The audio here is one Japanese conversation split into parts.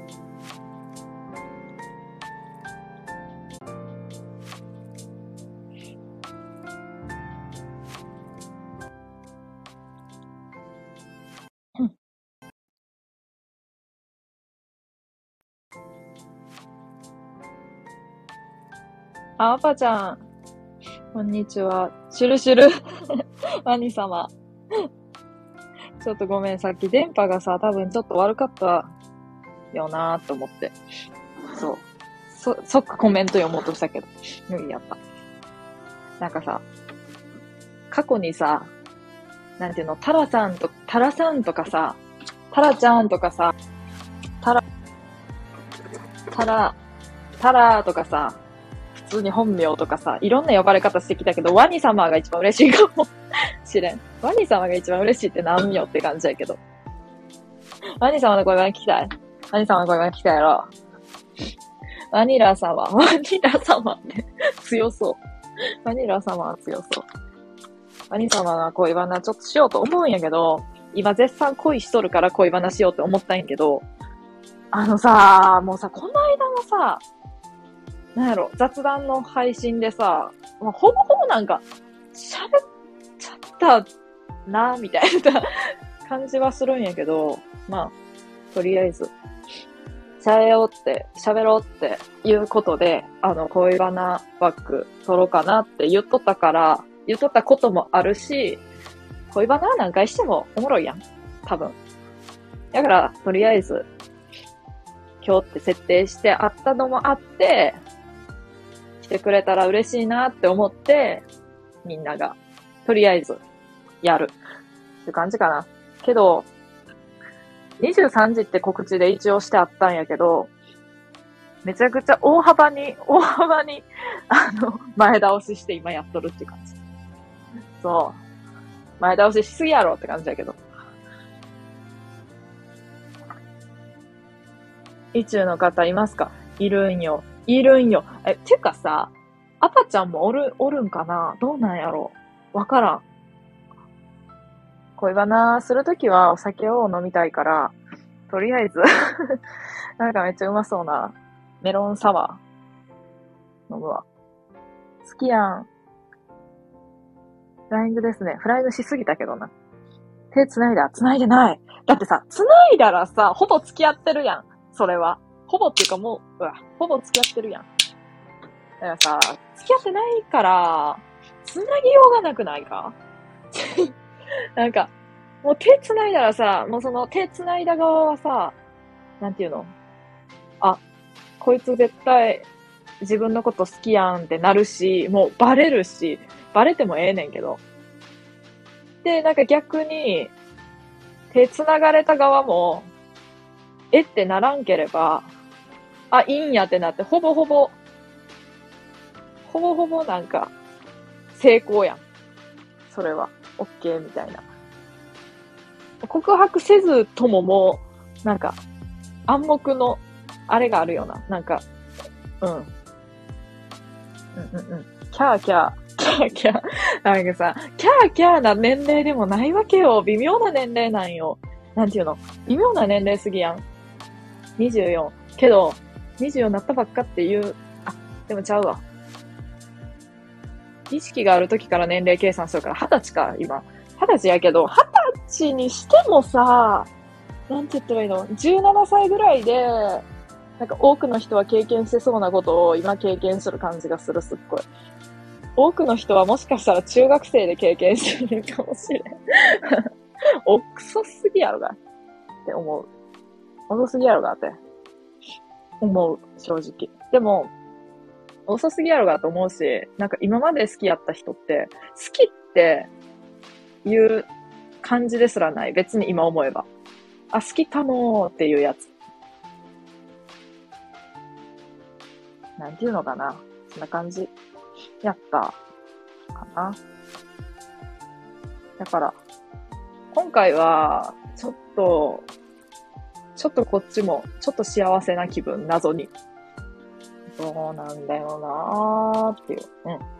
あ、アパちゃん、こんにちは。シュルシュル。ワニ様。ちょっとごめん、さっき電波がさ、多分ちょっと悪かったよなーと思って。そう。即コメント読もうとしたけど、無理やった。なんかさ、過去にさ、なんていうの、タラさんとかさ、タラちゃんとかさ、タラ、タラ、タラとかさ、普通に本名とかさ、いろんな呼ばれ方してきたけど、ワニ様が一番嬉しいかもしれん。ワニ様が一番嬉しいって何よって感じやけど。ワニ様の声が聞きたい。ワニ様の声が聞きたいやろ。ワニラ様って強そう。ワニラ様は強そう。ワニ様の恋バナちょっとしようと思うんやけど、今絶賛恋しとるから恋バナしようって思ったんやけど、もうさ、この間のさ、なんやろ、雑談の配信でさ、ほぼほぼなんか、喋っちゃったな、みたいな感じはするんやけど、まあ、とりあえず、喋ろうっていうことで、恋バナバッグ取ろうかなって言っとったこともあるし、恋バナ何回してもおもろいやん。多分。だから、とりあえず、今日って設定してあったのもあって、来てくれたら嬉しいなって思って、みんなが、とりあえず、やる。って感じかな。けど、23時って告知で一応してあったんやけど、めちゃくちゃ大幅に、前倒しして今やっとるって感じ。そう。前倒ししすぎやろって感じだけど。意中の方いますか？いるんよ。てかさ、アパちゃんもおるんかな？どうなんやろ？わからん。恋バナするときはお酒を飲みたいから、とりあえずなんかめっちゃうまそうなメロンサワー飲むわ。好きやん。フライングですね。フライングしすぎたけどな。手繋いでない。だってさ、繋いだらさ、ほぼ付き合ってるやん。それは。ほぼっていうかもう、ほぼ付き合ってるやん。だからさ、付き合ってないから、繋ぎようがなくないか？なんか、もう手繋いだらさ、もうその手繋いだ側はさ、なんていうの？あ、こいつ絶対自分のこと好きやんってなるし、もうバレるし、バレてもええねんけど。で、なんか逆に、手繋がれた側も、えってならんければ、あ、いいんやってなって、ほぼほぼなんか、成功やん。それは、オッケーみたいな。告白せずとももう、なんか、暗黙の、あれがあるよな。なんか、うん。キャーキャー。なんかさ、キャーキャーな年齢でもないわけよ。微妙な年齢なんよ。なんていうの？微妙な年齢すぎやん。24。けど、24になったばっかっていう、あ、でもちゃうわ。意識がある時から年齢計算するから、20歳か、今。20歳やけど、20歳にしてもさ、なんて言ったらいいの？ 17 歳ぐらいで、なんか多くの人は経験してそうなことを今経験する感じがする、すっごい。多くの人はもしかしたら中学生で経験してるかもしれん。お、クソすぎやろがって思う。遅すぎやろがって思う、正直。でも、遅すぎやろがと思うし、なんか今まで好きやった人って、好きっていう感じですらない。別に今思えば。あ、好きかもっていうやつ。なんていうのかな。そんな感じ。やったかな。だから、今回は、ちょっとこっちも、ちょっと幸せな気分、謎に。そうなんだよなーっていう。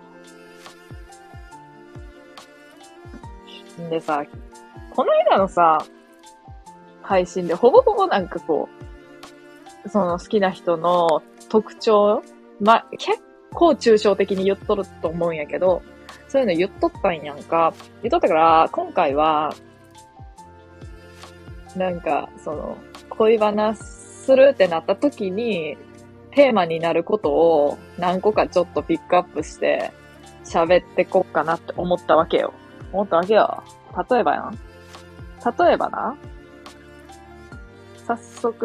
うん。でさ、この間のさ、配信でほぼほぼなんかこう、 その好きな人の特徴、結構抽象的に言っとると思うんやけど、そういうの言っとったんやんか。言っとったから、今回は、なんか、恋バナするってなった時に、テーマになることを何個かちょっとピックアップして喋ってこっかなって思ったわけよ。例えばやん。例えばな。早速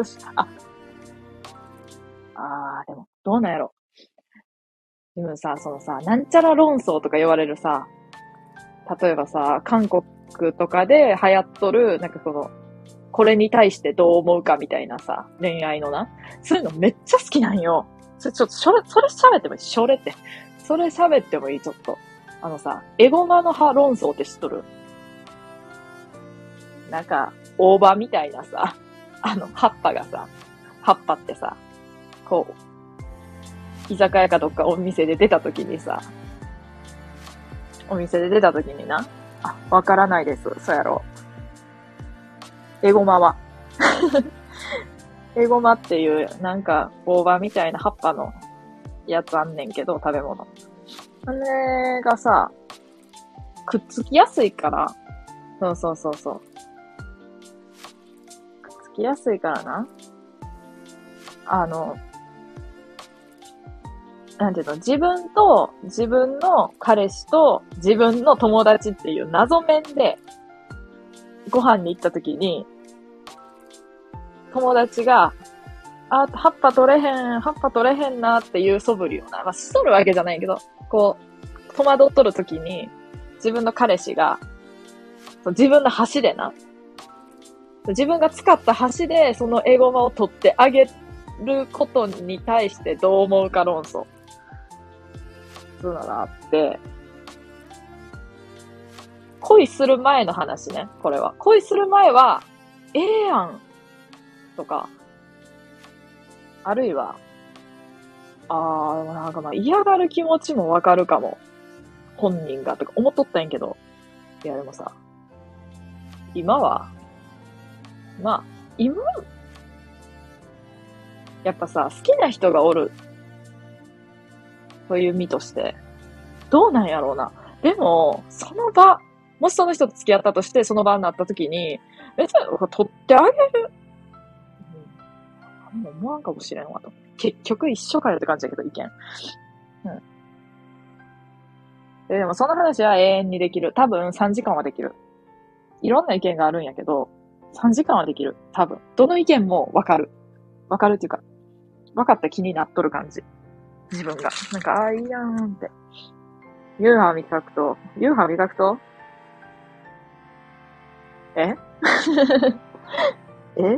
でも、どうなんやろ。でもさ、なんちゃら論争とか言われるさ、例えばさ、韓国とかで流行っとる、これに対してどう思うかみたいなさ、恋愛のな。そういうのめっちゃ好きなんよ。それ喋ってもいい。それ喋ってもいい、ちょっと。エゴマの葉論争って知っとる？大葉みたいなさ、葉っぱってさ、こう、居酒屋かどっかお店で出た時にな、わからないです。そうやろ。エゴマは。エゴマっていう、大葉みたいな葉っぱのやつあんねんけど、食べ物。あれがさ、くっつきやすいから、そう。くっつきやすいからな。なんていうの、自分の彼氏と自分の友達っていう謎面でご飯に行った時に、友達が、葉っぱ取れへんなっていう素振りをな、しとるわけじゃないけど、こう、戸惑っとる時に、自分の彼氏が、自分の箸でな、自分が使った箸でそのエゴマを取ってあげることに対してどう思うか論争。そういうのがあって、恋する前の話ね、これは。恋する前は、ええやん、とか、あるいは、嫌がる気持ちもわかるかも。本人が、とか思っとったんやけど。いや、でもさ、今は、やっぱさ、好きな人がおる。という身として、どうなんやろうな。でも、もしその人と付き合ったとして、その場になった時に、別に取ってあげる。何も思わんかもしれんわと。結局一緒かよって感じだけど、意見。でもその話は永遠にできる。多分3時間はできる。いろんな意見があるんやけど、3時間はできる。多分。どの意見もわかる。わかるっていうか、わかった気になっとる感じ。自分が。いいやんって。ユーハー味覚とええって。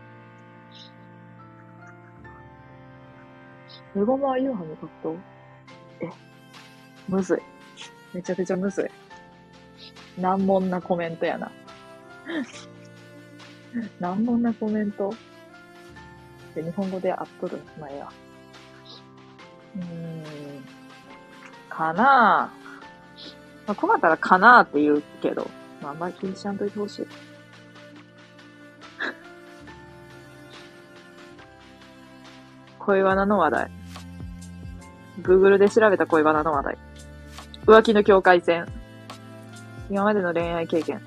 エゴマはユーハー味覚とむずい。めちゃくちゃむずい。難問なコメントやな。難問なコメントで日本語で合っとる。まあ、ええわ。かなぁ。困ったらかなぁって言うけど、あんまり気にしちゃんといてほしい。恋バナの話題。Google で調べた恋バナの話題。浮気の境界線。今までの恋愛経験。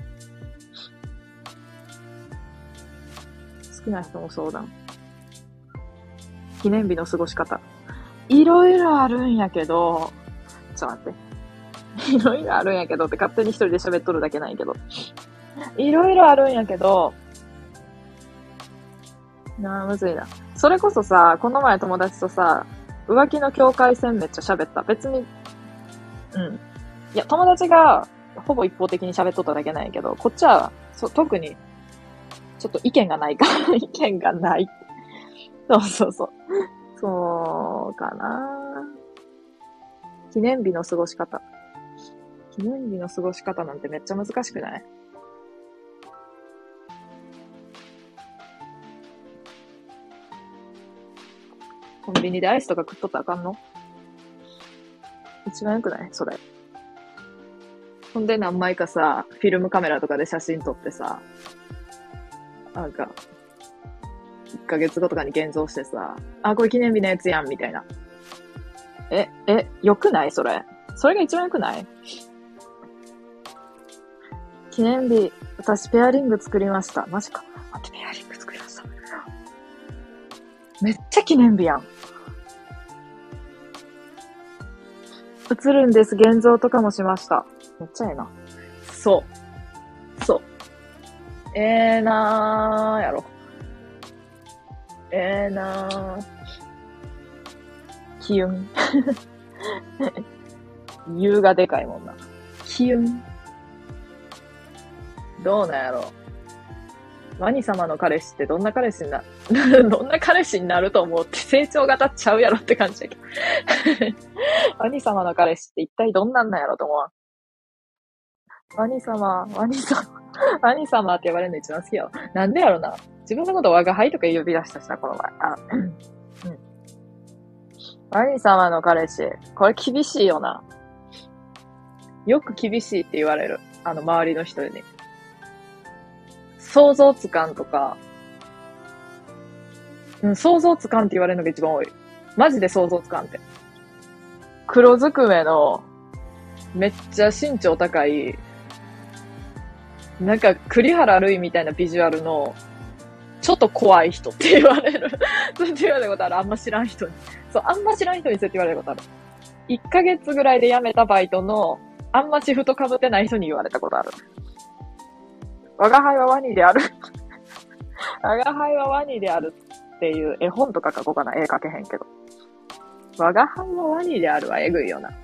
好きな人の相談。記念日の過ごし方。いろいろあるんやけど、ちょっと待って。いろいろあるんやけどって勝手に一人で喋っとるだけなんやけど。いろいろあるんやけど、むずいな。それこそさ、この前友達とさ、浮気の境界線めっちゃ喋った。別に、いや、友達がほぼ一方的に喋っとっただけなんやけど、こっちは、特に、ちょっと意見がないから、意見がない。そう。そうかな。記念日の過ごし方。記念日の過ごし方なんてめっちゃ難しくない？コンビニでアイスとか食っとったらあかんの？一番良くない？それ。ほんで何枚かさ、フィルムカメラとかで写真撮ってさ、画ヶ月後とかに現像してさ、あ、これ記念日のやつやん、みたいな。良くないそれ。それが一番良くない？記念日、私ペアリング作りました。マジか。待って、ペアリング作りました。めっちゃ記念日やん。映るんです。現像とかもしました。めっちゃええな。そう。そう。なーやろ。なー。キュン。U がでかいもんな。キュン。どうなんやろ。ワニ様の彼氏ってどんな彼氏にな、どんな彼氏になると思うって成長型ちゃうやろって感じだけど。ワニ様の彼氏って一体どんなんなんやろと思う。ワニ様って呼ばれるの一番好きやわ。なんでやろな。自分のこと我が輩とか呼び出したしな、この前。うん。ワニ様の彼氏。これ厳しいよな。よく厳しいって言われる。周りの人に。想像つかんとか。想像つかんって言われるのが一番多い。マジで想像つかんって。黒ずくめの、めっちゃ身長高い、なんか栗原類みたいなビジュアルの、ちょっと怖い人って言われる。そうって言われたことある。あんま知らん人に。そう、あんま知らん人にそうやって言われることある。1ヶ月ぐらいで辞めたバイトの、あんまシフト被ってない人に言われたことある。我が輩はワニである。我が輩はワニであるっていう絵本とか書こうかな。絵描けへんけど。我が輩はワニであるはえぐいよな。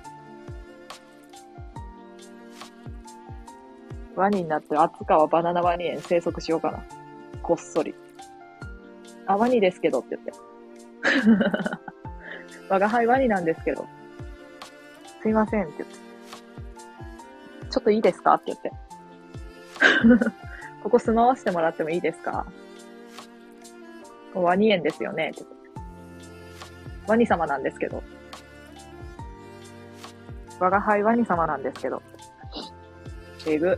ワニになって厚川バナナワニ園生息しようかな。こっそり。あ、ワニですけどって言って。我が輩ワニなんですけど。すいませんって言って。ちょっといいですかって言って。ここ住まわせてもらってもいいですか？ワニ園ですよねって言って。ワニ様なんですけど。我が輩ワニ様なんですけど。えぐ。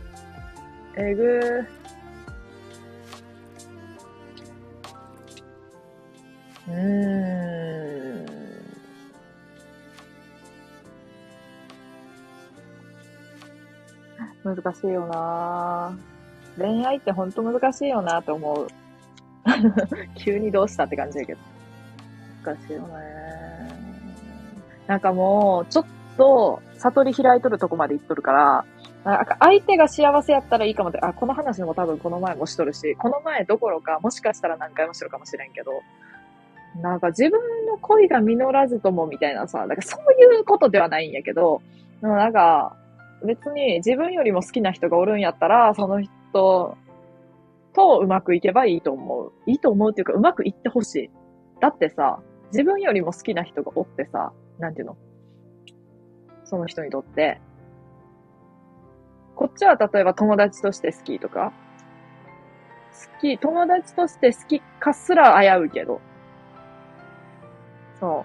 難しいよなぁ。恋愛ってほんと難しいよなぁと思う。急にどうしたって感じだけど。難しいよね。なんかもう、ちょっと、悟り開いとるとこまで行っとるから、なんか相手が幸せやったらいいかもって、この話も多分この前もしとるし、この前どころか、もしかしたら何回もしとるかもしれんけど、なんか自分の恋が実らずともみたいなさ、なんかそういうことではないんやけど、なんか、別に自分よりも好きな人がおるんやったら、その人とうまくいけばいいと思う。いいと思うっていうか、うまくいってほしい。だってさ、自分よりも好きな人がおってさ、なんていうの？その人にとって。こっちは例えば友達として好きとか、友達として好きかすら危ういけど。そう。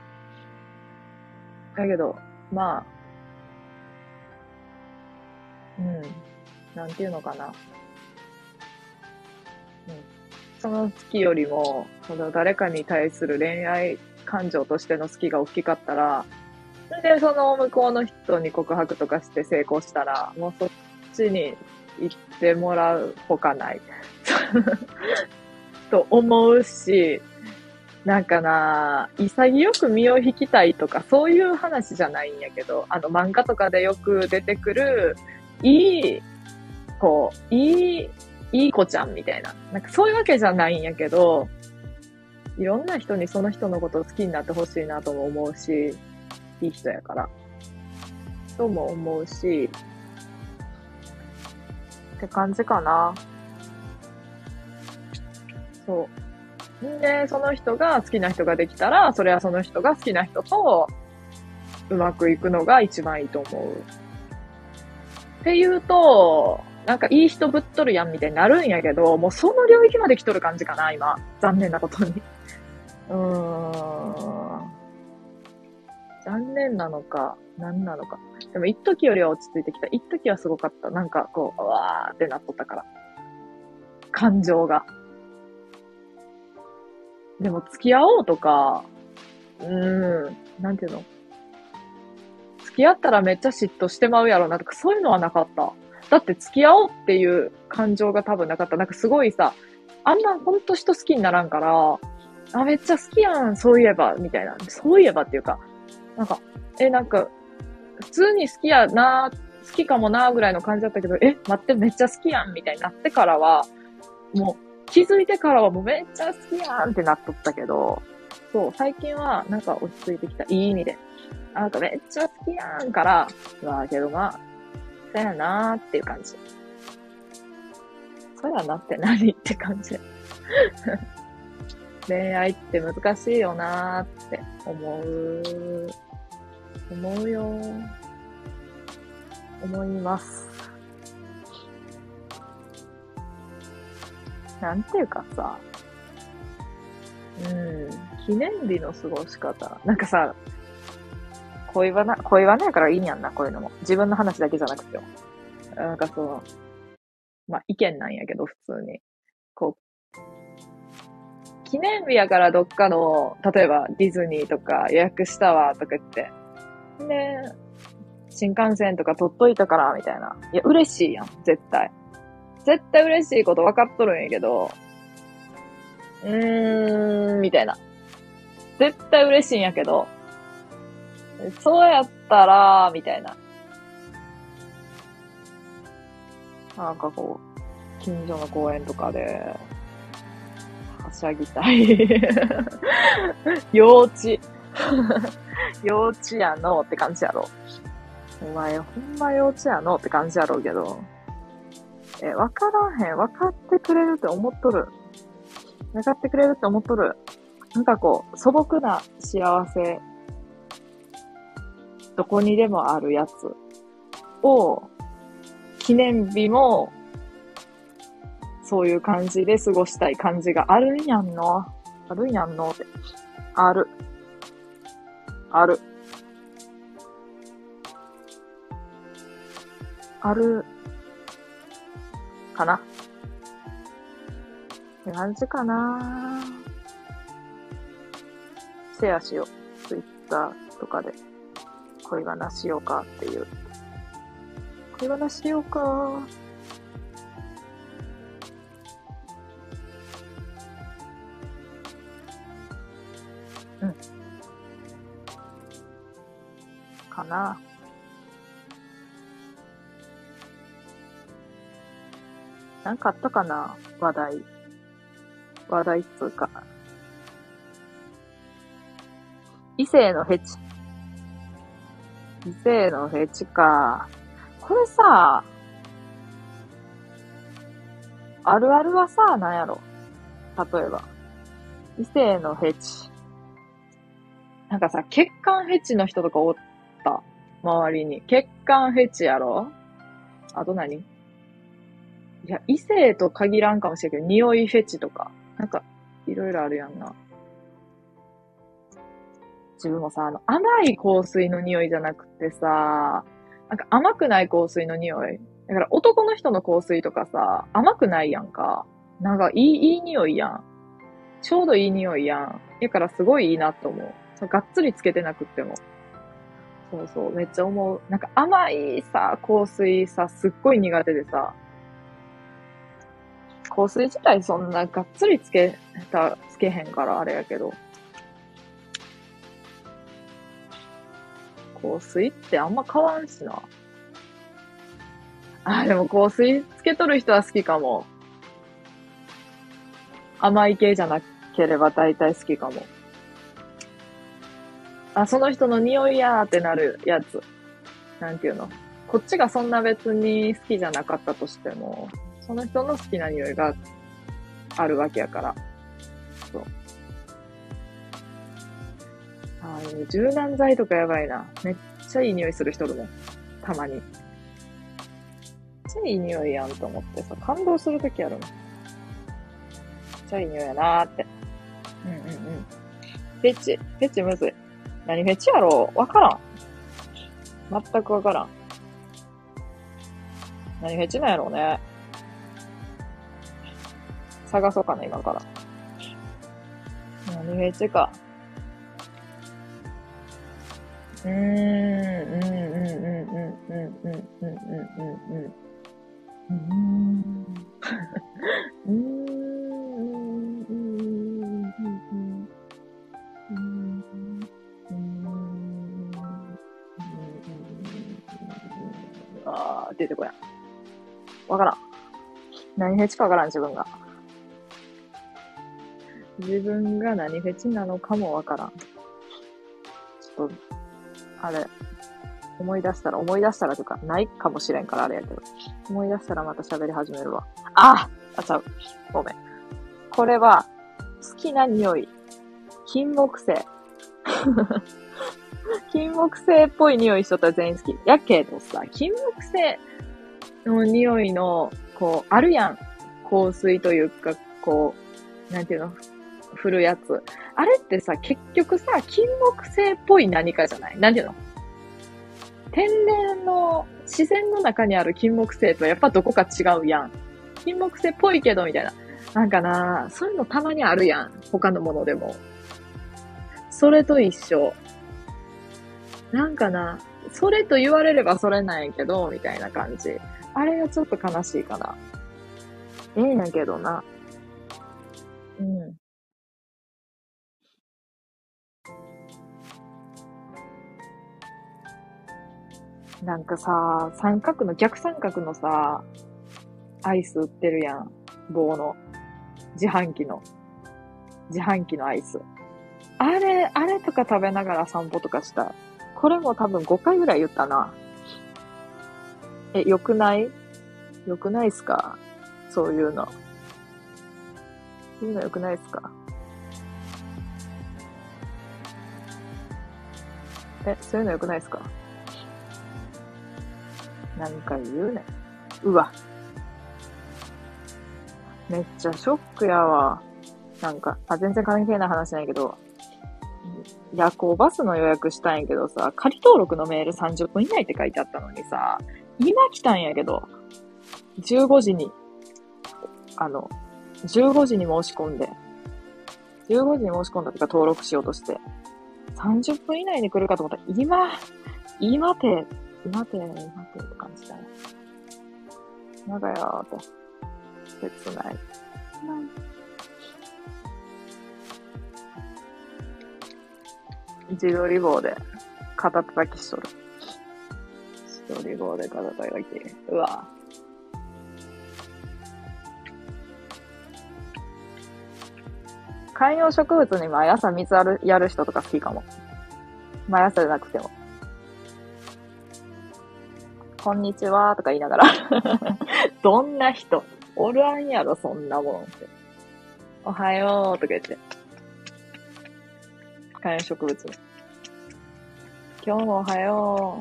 だけど、まあ、なんていうのかな。その好きよりも、その誰かに対する恋愛感情としての好きが大きかったら、で、その向こうの人に告白とかして成功したら、もうそっちに行ってもらうほかない。と思うし、なんかな、潔く身を引きたいとか、そういう話じゃないんやけど、漫画とかでよく出てくる、いい子ちゃんみたいな。なんかそういうわけじゃないんやけど、いろんな人にその人のことを好きになってほしいなとも思うし、いい人やから。とも思うし、って感じかな。そう。で、その人が好きな人ができたら、それはその人が好きな人とうまくいくのが一番いいと思う。っていうと、なんかいい人ぶっとるやんみたいになるんやけど、もうその領域まで来とる感じかな、今。残念なことに。残念なのか、何なのか。でも一時よりは落ち着いてきた。一時はすごかった。なんかこう、うわーってなっとったから。感情が。 でも付き合おうとか、なんていうの、付き合ったらめっちゃ嫉妬してまうやろなとか、そういうのはなかった。だって付き合おうっていう感情が多分なかった。なんかすごいさ、あんまほんと人好きにならんから、あ、めっちゃ好きやん、そういえば、みたいな。そういえばっていうか、なんか、なんか、普通に好きやな、好きかもな、ぐらいの感じだったけど、待って、めっちゃ好きやん、みたいになってからは、もう、気づいてからはもうめっちゃ好きやんってなっとったけど、そう、最近はなんか落ち着いてきた。いい意味で。なんかめっちゃ好きやんから、けどまあ、そうやなーっていう感じ。そうやなって何って感じ。恋愛って難しいよなーって思うよ。思います。なんていうかさ、記念日の過ごし方。なんかさ、恋バナやからいいんやんな、こういうのも。自分の話だけじゃなくても。なんかまあ、意見なんやけど、普通に。こう、記念日やからどっかの、例えばディズニーとか予約したわ、とか言って。で、新幹線とか取っといたから、みたいな。いや、嬉しいやん、絶対。絶対嬉しいこと分かっとるんやけど、みたいな。絶対嬉しいんやけど、そうやったら、みたいな。なんかこう、近所の公園とかで、はしゃぎたい。幼稚。幼稚やのって感じやろ。お前ほんま幼稚やのって感じやろうけど。わからへん。わかってくれるって思っとる。わかってくれるって思っとる。なんかこう、素朴な幸せ、どこにでもあるやつを、記念日も、そういう感じで過ごしたい感じがあるんやんの。あるんやんのって。ある。ある。ある。かな。って感じかな。シェアしよう。ツイッターとかで恋バナしようかっていう。恋バナしようか。うん。かな。なんかあったかな話題。話題っつうか。異性のフェチ。異性のフェチか。これさ、あるあるはさ、なんやろ。例えば。異性のフェチ。なんかさ、血管フェチの人とかおった。周りに。血管フェチやろ。あと何？いや、異性と限らんかもしれんけど、匂いフェチとか。なんか、いろいろあるやんな。自分もさ、甘い香水の匂いじゃなくてさ、なんか甘くない香水の匂い。だから男の人の香水とかさ、甘くないやんか。なんかいい匂いやん。ちょうどいい匂いやん。だからすごいいいなと思う。がっつりつけてなくっても。そうそう、めっちゃ思う。なんか甘いさ、香水さ、すっごい苦手でさ、香水自体そんながっつりつけへんからあれやけど、香水ってあんま変わんしな。でも香水つけとる人は好きかも。甘い系じゃなければ大体好きかも。その人の匂いやーってなるやつ。なんていうの。こっちがそんな別に好きじゃなかったとしても、その人の好きな匂いがあるわけやから。そう。柔軟剤とかやばいな。めっちゃいい匂いする人いるもん。たまに。めっちゃいい匂いやんと思ってさ、感動するときあるもん。めっちゃいい匂いやなーって。うんうんうん。フェチむずい。何フェチやろわからん。全くわからん。何フェチなんやろうね。探そうかな、今から。 何フェチか。うーん、うん、うん、うん、うん、うん、うん、うん、うん、うん、うん。うーん。うーん。うーん。うーん。うーん。出てこやん。わからん。何フェチかわからん、自分が。自分が何フェチなのかもわからん。ちょっと、あれ、思い出したらというか、ないかもしれんからあれやけど。思い出したらまた喋り始めるわ。ちゃう。ごめん。これは、好きな匂い。金木犀。金木犀っぽい匂いしとったら全員好き。やけどさ、金木犀の匂いの、こう、あるやん。香水というか、こう、なんていうの、振るやつ。あれってさ、結局さ、金木犀っぽい何かじゃない？なんていうの？天然の、自然の中にある金木犀とはやっぱどこか違うやん。金木犀っぽいけど、みたいな。なんかな、そういうのたまにあるやん。他のものでも。それと一緒。なんかな、それと言われればそれなんやけど、みたいな感じ。あれがちょっと悲しいかな。ええんやけどな。うん。なんかさ、逆三角のさ、アイス売ってるやん。棒の。自販機の。自販機のアイス。あれとか食べながら散歩とかしたい。これも多分5回ぐらい言ったな。良くない良くないっすか？そういうの。そういうの良くないっすか？そういうの良くないっすか？何回言うねん。うわ。めっちゃショックやわ。なんか、全然関係ない話なんやけど、夜行バスの予約したんやけどさ、仮登録のメール30分以内って書いてあったのにさ、今来たんやけど、15時に、15時に申し込んで、15時に申し込んだとか登録しようとして、30分以内に来るかと思ったら、今てって感じだね。長やーって。切ない。自撮り棒で肩叩きしとる。自撮り棒で肩叩き。うわ。観葉植物に毎朝水やる人とか好きかも。毎朝じゃなくても。こんにちはとか言いながら。どんな人おらんやろ、そんなもんって。おはようとか言って。観葉植物に。今日もおはよ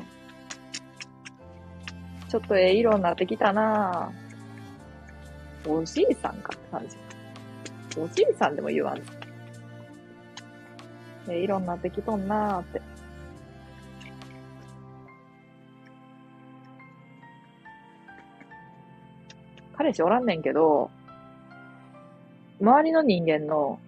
う。ちょっと色になってきたなぁ。おじいさんかって感じ。おじいさんでも言わん。色になってきとんなーって。彼氏おらんねんけど、周りの人間の、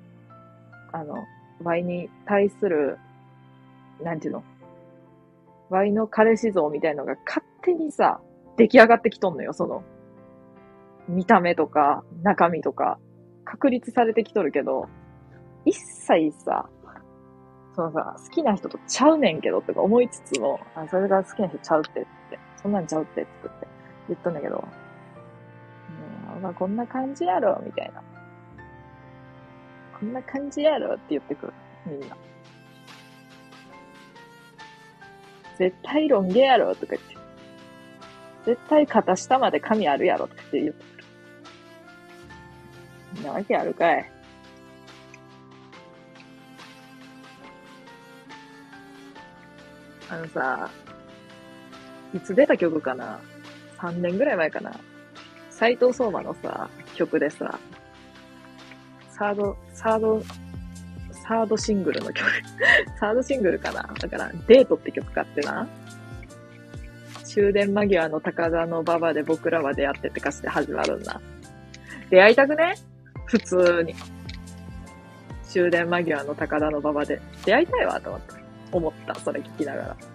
ワイに対する、なんていうの、ワイの彼氏像みたいのが勝手にさ、出来上がってきとんのよ、その、見た目とか、中身とか、確立されてきとるけど、一切さ、そのさ、好きな人とちゃうねんけどとか思いつつも、それが好きな人ちゃうってって、そんなんちゃうってって言っとんだけど、まあこんな感じやろ、みたいな。こんな感じやろって言ってくる、みんな。絶対ロン毛やろとか言って。絶対肩下まで髪あるやろって言ってくる。なわけあるかい。さ、いつ出た曲かな ?3 年ぐらい前かな。斉藤相馬のさ、曲でさ、サードシングルの曲。サードシングルかなだから、デートって曲があってな。終電間際の高田の馬場で僕らは出会ってって歌詞で始まるんだ。出会いたくね普通に。 終電間際の高田の馬場で出会いたいわと思った、それ聞きながら。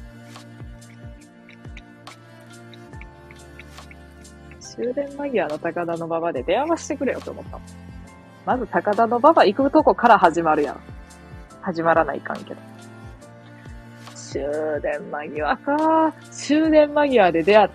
終電間際の高田の馬場で電話してくれよと思った。まず高田の馬場行くとこから始まるやん。始まらないかんけど。終電間際か。終電間際で出会って、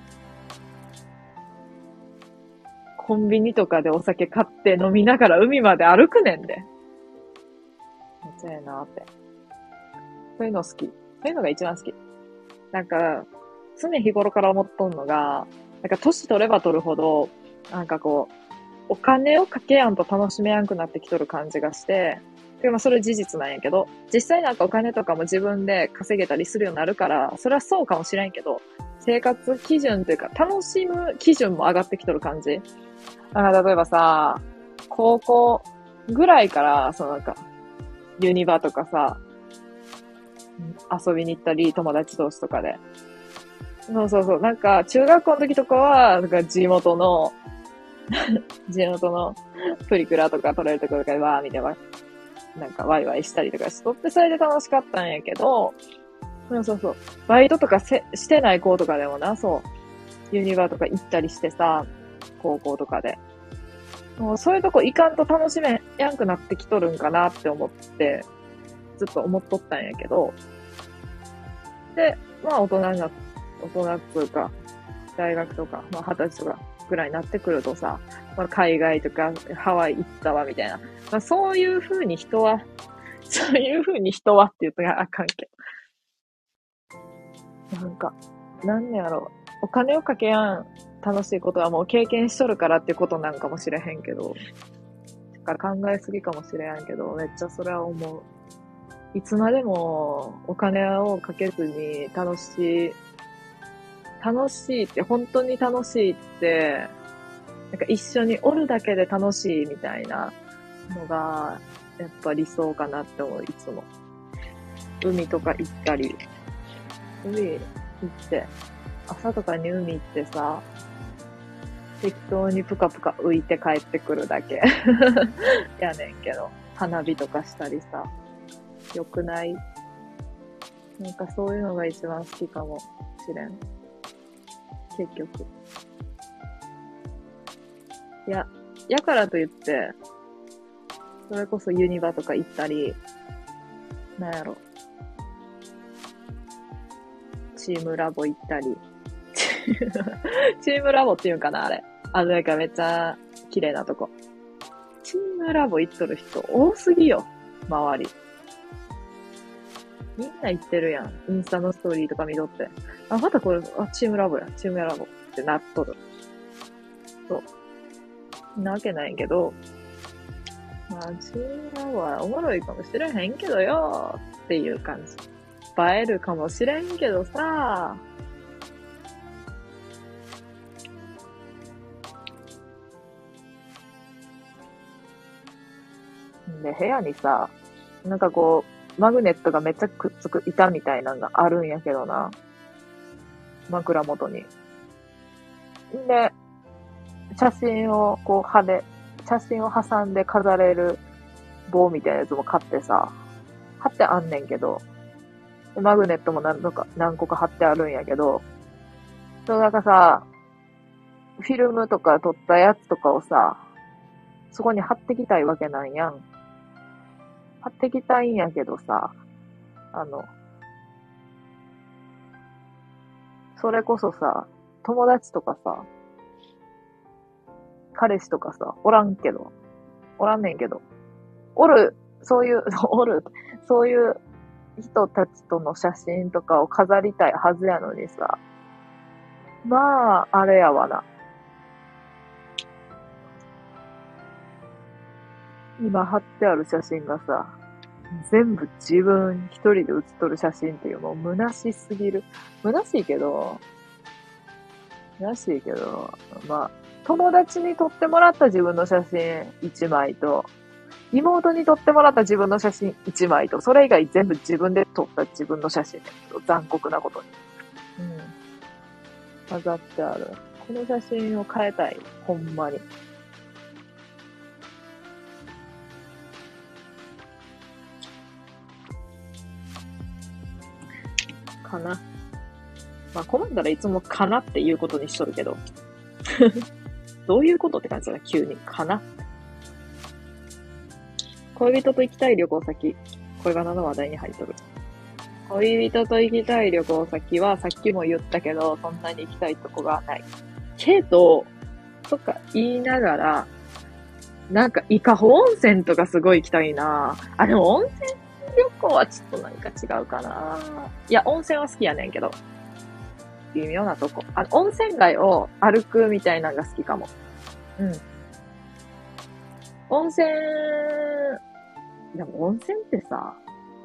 コンビニとかでお酒買って飲みながら海まで歩くねんで。めっちゃええなーって。そういうの好き。そういうのが一番好き。なんか、常日頃から思っとんのが、なんか年取れば取るほど、なんかこう、お金をかけやんと楽しめやんくなってきとる感じがして、でもそれ事実なんやけど、実際なんかお金とかも自分で稼げたりするようになるから、それはそうかもしれんけど、生活基準というか、楽しむ基準も上がってきとる感じ。なんか例えばさ、高校ぐらいから、なんか、ユニバとかさ、遊びに行ったり、友達同士とかで。そうそうそう。なんか、中学校の時とかは、なんか地元のプリクラとか撮れるところとかでわーみたいな、なんかワイワイしたりとかしとって、それで楽しかったんやけど、そうそうそう。バイトとかしてない子とかでもな、そう。ユニバとか行ったりしてさ、高校とかで。もうそういうとこ行かんと楽しめやんくなってきとるんかなって思って、ずっと思っとったんやけど、で、まあ大人っていうか、大学とか、まあ20歳とかぐらいになってくるとさ、まあ海外とかハワイ行ったわみたいな。まあそういう風に人はって言ったらあかんけど。なんか、なんやろう。お金をかけやん楽しいことはもう経験しとるからってことなんかもしれへんけど、だから考えすぎかもしれんけど、めっちゃそれは思う。いつまでもお金をかけずに楽しいって、本当に楽しいって、なんか一緒におるだけで楽しいみたいなのが、やっぱ理想かなって思う、いつも。海とか行ったり、海行って、朝とかに海行ってさ、適当にぷかぷか浮いて帰ってくるだけ。やねんけど、花火とかしたりさ、よくない？なんかそういうのが一番好きかもしれん。結局。やからといって、それこそユニバとか行ったり、なんやろ、チームラボ行ったり、チームラボっていうんかな、あれ。なんかめっちゃ綺麗なとこ。チームラボ行っとる人多すぎよ、周り。みんな行ってるやん。インスタのストーリーとか見とって。あ、またこれ、チームラボや。チームラボってなっとる。そう。なわけないけど、まあ、チームラボはおもろいかもしれへんけどよっていう感じ。映えるかもしれんけどさ、で、部屋にさ、なんかこう、マグネットがめっちゃくっつく板みたいなのがあるんやけどな。枕元に。で、写真をこう写真を挟んで飾れる棒みたいなやつも買ってさ、貼ってあんねんけど、マグネットも何個か貼ってあるんやけど、なんかさ、フィルムとか撮ったやつとかをさ、そこに貼ってきたいわけなんやん。貼ってきたいんやけどさ、あの、それこそさ、友達とかさ、彼氏とかさ、おらんねんけど、おる、そういう、そういう人たちとの写真とかを飾りたいはずやのにさ、まあ、あれやわな。今貼ってある写真がさ、全部自分一人で写っとる写真っていうもう虚しすぎる。虚しいけど、まあ、友達に撮ってもらった自分の写真1枚と、妹に撮ってもらった自分の写真1枚と、それ以外全部自分で撮った自分の写真だけど、残酷なことに。うん。飾ってある。この写真を変えたい。ほんまに。 かな。まあ、困ったらいつもかなっていうことにしとるけど。どういうことって感じだな、急に。かな。恋人と行きたい旅行先。恋バナの話題に入っとる。恋人と行きたい旅行先は、さっきも言ったけど、そんなに行きたいとこがない。けど、とか言いながら、なんか、伊香保温泉とかすごい行きたいな。あ、でも温泉旅行はちょっとなんか違うかな。いや、温泉は好きやねんけど。微妙なとこ。温泉街を歩くみたいなのが好きかも。うん。温泉、でも温泉ってさ、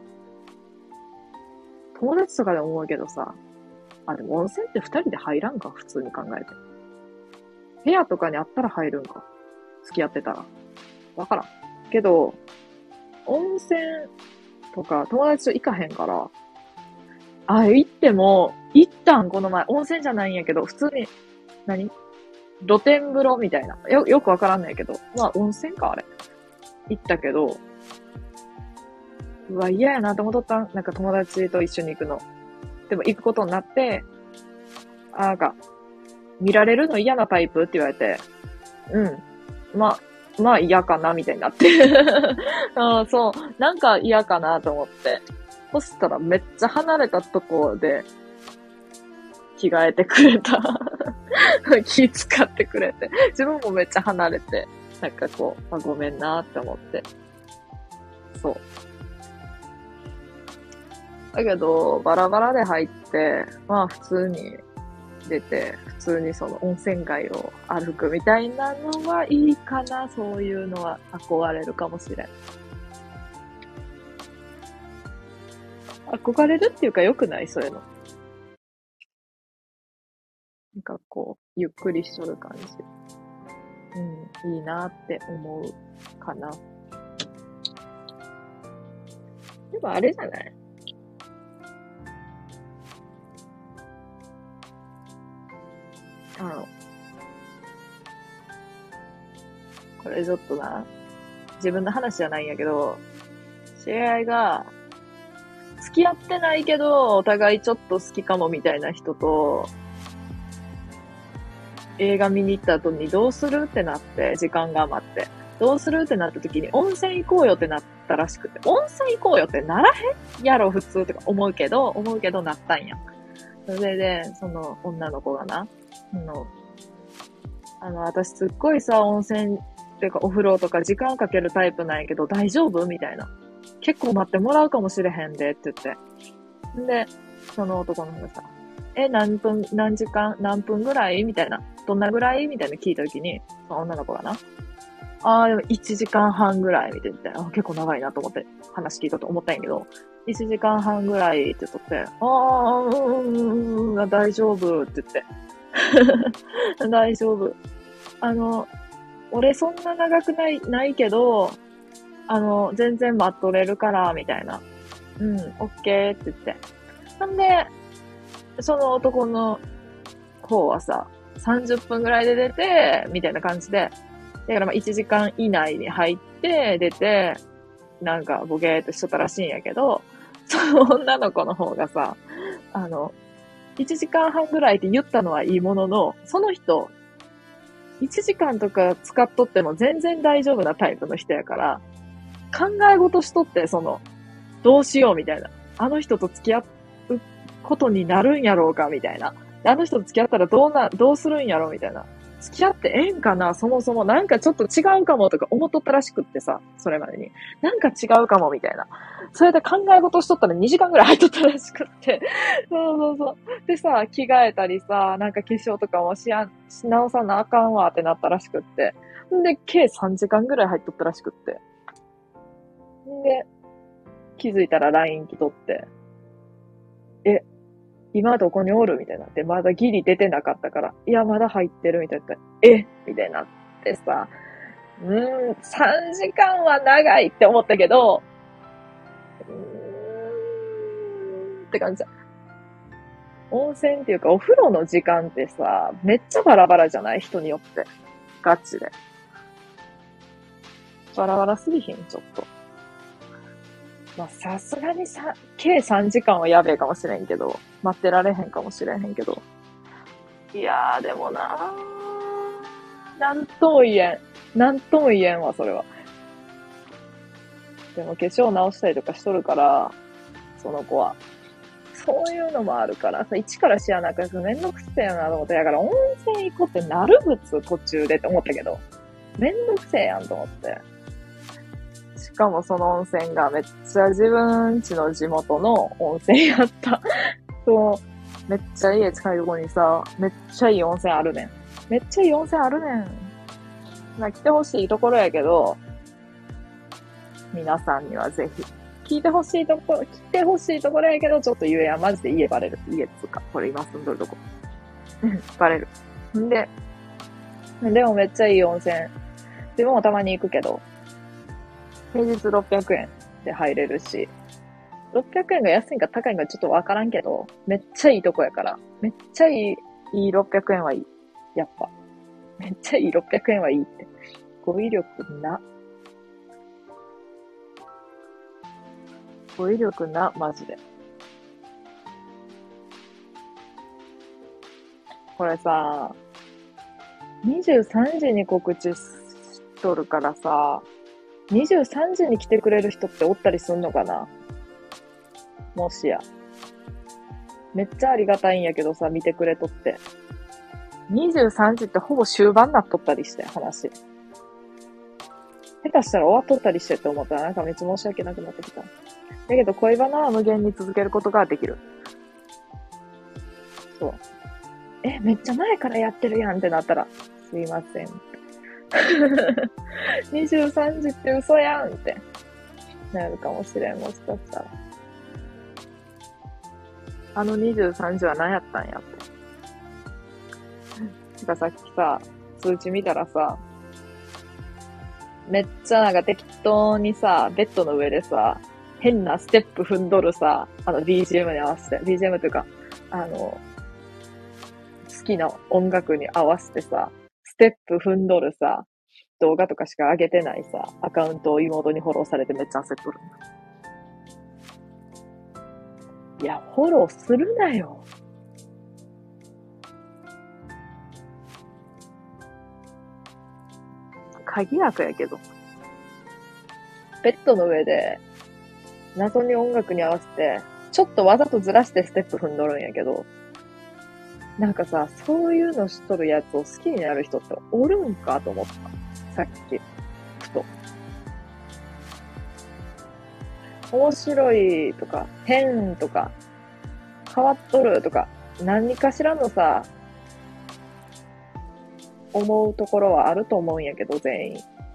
友達とかで思うけどさ、でも温泉って二人で入らんか、普通に考えて。部屋とかにあったら入るんか。付き合ってたら。わからん。けど、温泉とか友達と行かへんから、行っても、行ったんこの前、温泉じゃないんやけど、普通に、露天風呂みたいな。よくわからんないけど。まあ、温泉か、あれ。行ったけど、うわ、嫌やなと思っとったん。なんか友達と一緒に行くの。でも行くことになって、なんか、見られるの嫌なタイプって言われて、うん。まあ嫌かな、みたいになって。そう。なんか嫌かなと思って。そしたらめっちゃ離れたとこで着替えてくれた。気使ってくれて。自分もめっちゃ離れて。なんかこう、ごめんなって思って。そう。だけど、バラバラで入って、まあ普通に出て、普通にその温泉街を歩くみたいなのはいいかな。そういうのは憧れるかもしれん。憧れるっていうか良くないそういうの。なんかこう、ゆっくりしとる感じ。いいなって思うかな。でもあれじゃない？これちょっとな、自分の話じゃないんやけど、知り合いが、付き合ってないけど、お互いちょっと好きかもみたいな人と、映画見に行った後にどうするってなって、時間が余って。どうするってなった時に温泉行こうよってなったらしくて、温泉行こうよってならへんやろ普通とか思うけどなったんや。それで、その女の子がな、私すっごいさ、温泉っていうかお風呂とか時間かけるタイプなんやけど大丈夫みたいな。結構待ってもらうかもしれへんでって言って。んで、その男の子がさ、何時間、何分ぐらいみたいな。どんなぐらいみたいな聞いたときに、その女の子がな、でも1時間半ぐらいみたいな。結構長いなと思って話聞いたと思ったんやけど、1時間半ぐらいって言っとって、大丈夫って言って。大丈夫。俺そんな長くないけど、全然待っとれるから、みたいな。オッケーって言って。なんで、その男の方はさ、30分ぐらいで出て、みたいな感じで、だからまあ1時間以内に入って、出て、なんかボケーっとしとったらしいんやけど、その女の子の方がさ、1時間半ぐらいって言ったのはいいものの、その人、1時間とか使っとっても全然大丈夫なタイプの人やから、考え事しとって、どうしようみたいな。あの人と付き合うことになるんやろうかみたいな。あの人と付き合ったらどうするんやろうみたいな。付き合ってええんかなそもそもなんかちょっと違うかもとか思っとったらしくってさ、それまでに。なんか違うかもみたいな。それで考え事しとったら2時間ぐらい入っとったらしくって。そう。でさ、着替えたりさ、なんか化粧とかもし直さなあかんわってなったらしくって。んで、計3時間ぐらい入っとったらしくって。んで、気づいたら LINE 来とって、今どこにおるみたいになって、まだギリ出てなかったから、いや、まだ入ってるみたいなみたいになってさ、3時間は長いって思ったけど、って感じだ。温泉っていうかお風呂の時間ってさ、めっちゃバラバラじゃない人によって。ガチで。バラバラすぎひんちょっと。 まあ、さすがに計3時間はやべえかもしれんけど、待ってられへんかもしれへんけど。いやー、でもなー、なんとも言えん。なんとも言えんわ、それは。でも化粧直したりとかしとるから、その子は。そういうのもあるからさ、一からしやなくてめんどくせえやなと思って、だから温泉行こうってなるぶつ途中でって思ったけど、めんどくせえやんと思って。しかもその温泉がめっちゃ自分家の地元の温泉やった。そう、めっちゃ家近いとこにさ、めっちゃいい温泉あるねん。めっちゃいい温泉あるねん。まあ来てほしいところやけど、皆さんにはぜひ。来てほしいところやけど、ちょっと言えや、マジで家バレる。家っつうか、これ今住んどるとこ。バレる。でもめっちゃいい温泉。自分もたまに行くけど、平日600円で入れるし、600円が安いんか高いんかちょっとわからんけど、めっちゃいいとこやから、めっちゃいい600円はいい。やっぱ。めっちゃいい600円はいいって。語彙力な。語彙力な、マジで。これさ、23時に告知しとるからさ、23時に来てくれる人っておったりすんのかな、もしや。めっちゃありがたいんやけどさ、見てくれとって。23時ってほぼ終盤なっとったりして、話。下手したら終わっとったりしてって思ったらなんかめっちゃ申し訳なくなってきた。だけど恋バナは無限に続けることができる。そう。めっちゃ前からやってるやんってなったら、すいません。23時って嘘やんってなるかもしれん、もしかしたら。あの23時は何やったんやって。さっきさ、数値見たらさ、めっちゃなんか適当にさ、ベッドの上でさ、変なステップ踏んどるさ、BGM に合わせて、BGM というか、好きな音楽に合わせてさ、ステップ踏んどるさ、動画とかしか上げてないさ、アカウントを妹にフォローされてめっちゃ焦っとる。いや、フォローするなよ。鍵役やけど。ベッドの上で、謎に音楽に合わせて、ちょっとわざとずらしてステップ踏んどるんやけど、なんかさ、そういうのしとるやつを好きになる人っておるんかと思った。さっき、ふと。面白いとか、変とか、変わっとるとか、何かしらのさ、思うところはあると思うんやけど、全員。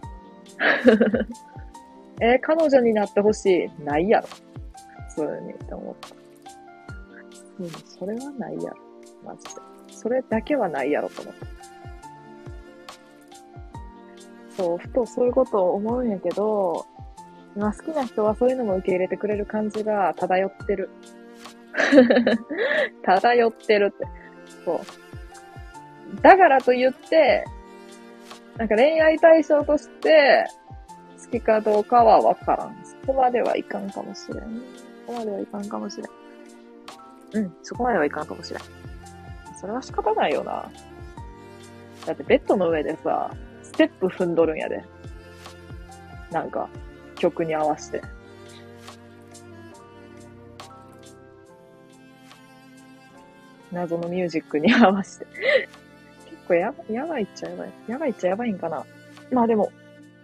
彼女になってほしい。ないやろ。普通にって思った。うん、それはないやろ。マジで。それだけはないやろと思った。そう、ふとそういうことを思うんやけど、今好きな人はそういうのも受け入れてくれる感じが漂ってる。漂ってるって。そう。だからと言って、なんか恋愛対象として、好きかどうかはわからん。そこまではいかんかもしれん。そこまではいかんかもしれん。うん、そこまではいかんかもしれん。それは仕方ないよな。だってベッドの上でさ、ステップ踏んどるんやで。なんか、曲に合わせて。謎のミュージックに合わせて。結構やばいっちゃやばい。やばいっちゃやばいんかな。まあでも、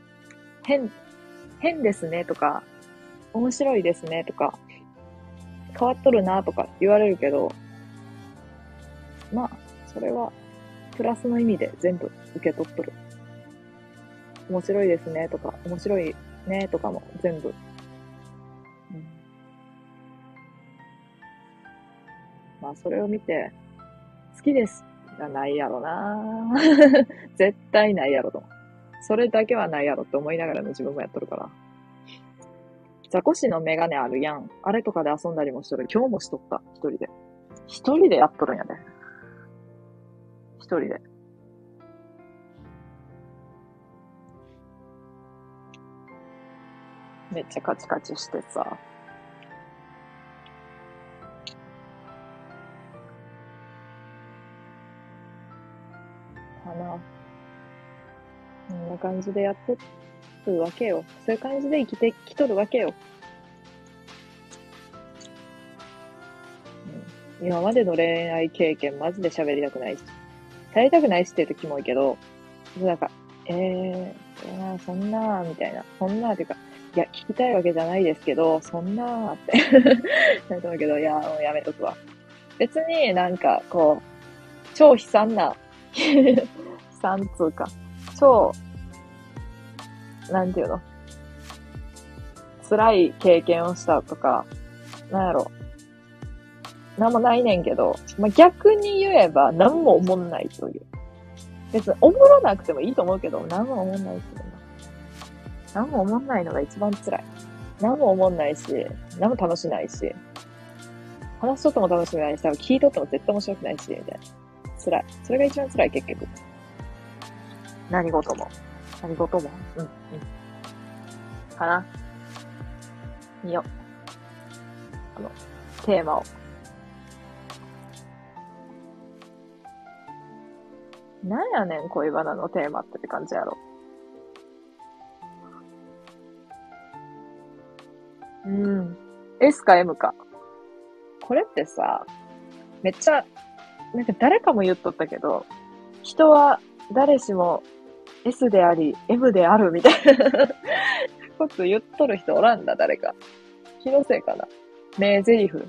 変ですねとか、面白いですねとか、変わっとるなとか言われるけど、まあ、それは、プラスの意味で全部受け取っとる。面白いですねとか、面白いねとかも全部。うん、まあ、それを見て、好きですがないやろな絶対ないやろと。それだけはないやろって思いながらの自分もやっとるから。ザコシのメガネあるやん。あれとかで遊んだりもしとる。今日もしとった。一人で。一人でやっとるんやで。一人で。 めっちゃカチカチしてさ。かな。こんな感じでやってるわけよ。そういう感じで生きてきとるわけよ。今までの恋愛経験マジで喋りたくないし。喋りたくないしって言うとキモいけど、なんか、そんなみたいな。そんなっていうか、いや、聞きたいわけじゃないですけど、そんなってなると思うけど、いや、もうやめとくわ。別になんか、こう、超悲惨な悲惨つうか、超、なんていうの、辛い経験をしたとか、なんやろ、なんもないねんけど、まあ、逆に言えば、なんも思んないという。別におもろなくてもいいと思うけど、なんも思んないし、なんも思んないのが一番辛い。なんも思んないし、なんも楽しないし、話しとっても楽しくないし、多分聞いとっても絶対面白くないし、みたいな。辛い。それが一番辛い、結局。何事も。何事も。うん、うん。かな。いいよ。テーマを。なんやねん、恋バナのテーマって感じやろ。うん。S か M か。これってさ、めっちゃ、なんか誰かも言っとったけど、人は誰しも S であり、M であるみたいなこと言っとる人おらんだ、誰か。気のせいかな。名台詞。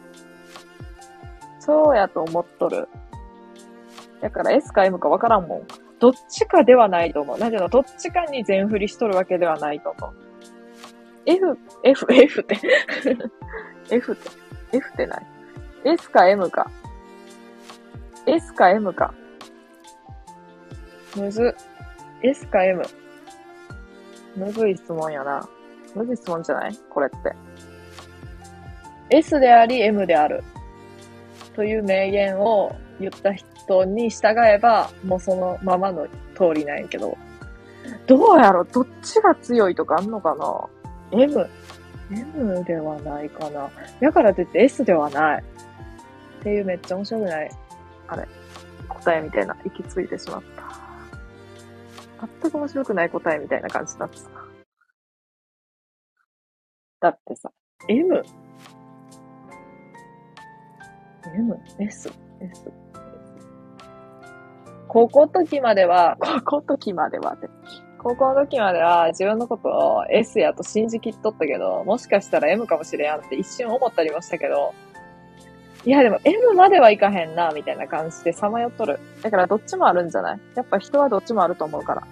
そうやと思っとる。だから S か M かわからんもん。どっちかではないと思う。なんていうの、どっちかに全振りしとるわけではないと思う。F って F って、F ってない。S か M か。S か M か。むず。S か M。むずい質問やな。むずい質問じゃないこれって。S であり M である。という名言を言った人に従えば、もうそのままの通りなんやけど。どうやろどっちが強いとかあんのかな ?M ではないかな。だからといって S ではない。っていうめっちゃ面白くない、あれ、答えみたいな、行き着いてしまった。全く面白くない答えみたいな感じだったさ。だってさ、M、M、S、S。高校の時までは、高校の時までは自分のことを S やと信じきっとったけど、もしかしたら M かもしれんって一瞬思ったりもしたけど、いやでも M まではいかへんな、みたいな感じでさまよっとる。だからどっちもあるんじゃない？やっぱ人はどっちもあると思うから。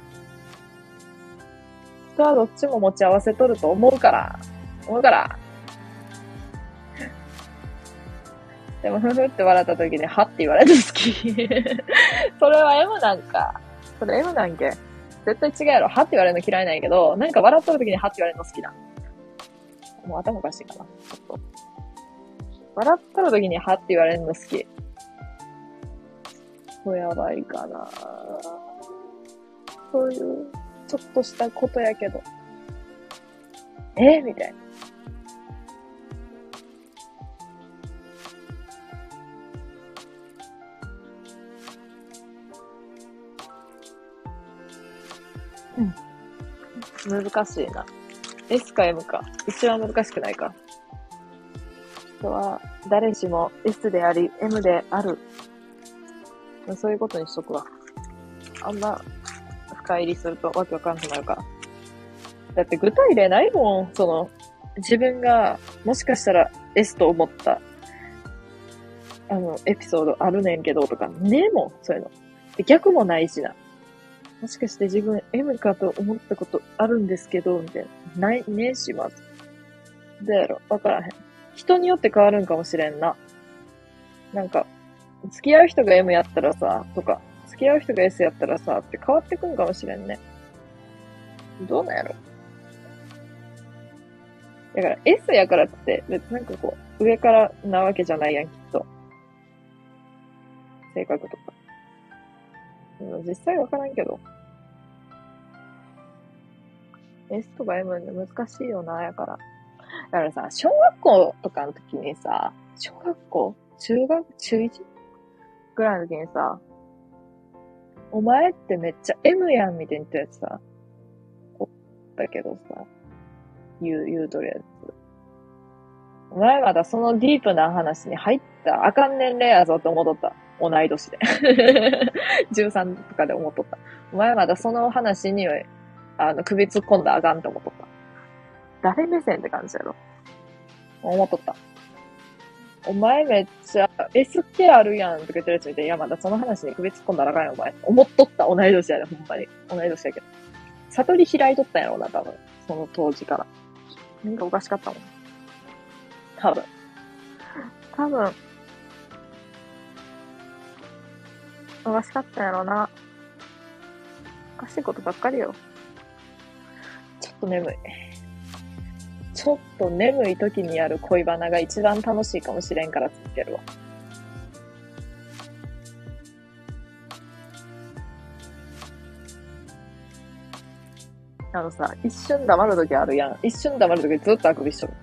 人はどっちも持ち合わせとると思うから。でも、ふふって笑った時に、はって言われるの好き。それは M なんか。それ M なんけ。絶対違うやろ。はって言われるの嫌いなんやけど、なんか笑っとる時にはって言われるの好きだ。もう頭おかしいかな。ちょっと。笑っとる時にはって言われるの好き。そうやばいかな。そういう、ちょっとしたことやけど。みたいな。うん。難しいな。S か M か。一番難しくないか。人は誰しも S であり M である。そういうことにしとくわ。あんま深入りするとわけわかんなくなるから。だって具体例ないもん。自分がもしかしたら S と思ったエピソードあるねんけどとか、ねえもん、そういうの。で逆もないしな。もしかして自分 M かと思ったことあるんですけど、みたいな。ない、ねえします。どうやろわからへん。人によって変わるんかもしれんな。なんか、付き合う人が M やったらさ、とか、付き合う人が S やったらさ、って変わってくんかもしれんね。どうなんやろ。だから S やからって、別になんかこう、上からなわけじゃないやん、きっと。性格とか。実際わからんけど。 S とか M で難しいよな、やから。だからさ、小学校とかの時にさ、小学校中 1? ぐらいの時にさ、お前ってめっちゃ M やんみたいなやつさ、おったけどさ、言うとるやつ。お前まだそのディープな話に入ったらあかん年齢やぞって思っとった。同い年で。13とかで思っとった。お前まだその話に、首突っ込んだらあかんって思っとった。誰目線って感じやろ。思っとった。お前めっちゃ S 系あるやんとか言ってるやつ見て、いやまだその話に首突っ込んだらあかんよお前。思っとった。同い年やで、ほんまに。同い年やけど。悟り開いとったんやろうな、多分。その当時から。なんかおかしかったもん。多分。おかしかったんやろうな。おかしいことばっかりよ。ちょっと眠い。ちょっと眠い時にやる恋バナが一番楽しいかもしれんから続けるわ。さ、一瞬黙る時あるやん。一瞬黙る時ずっとあくびしとる。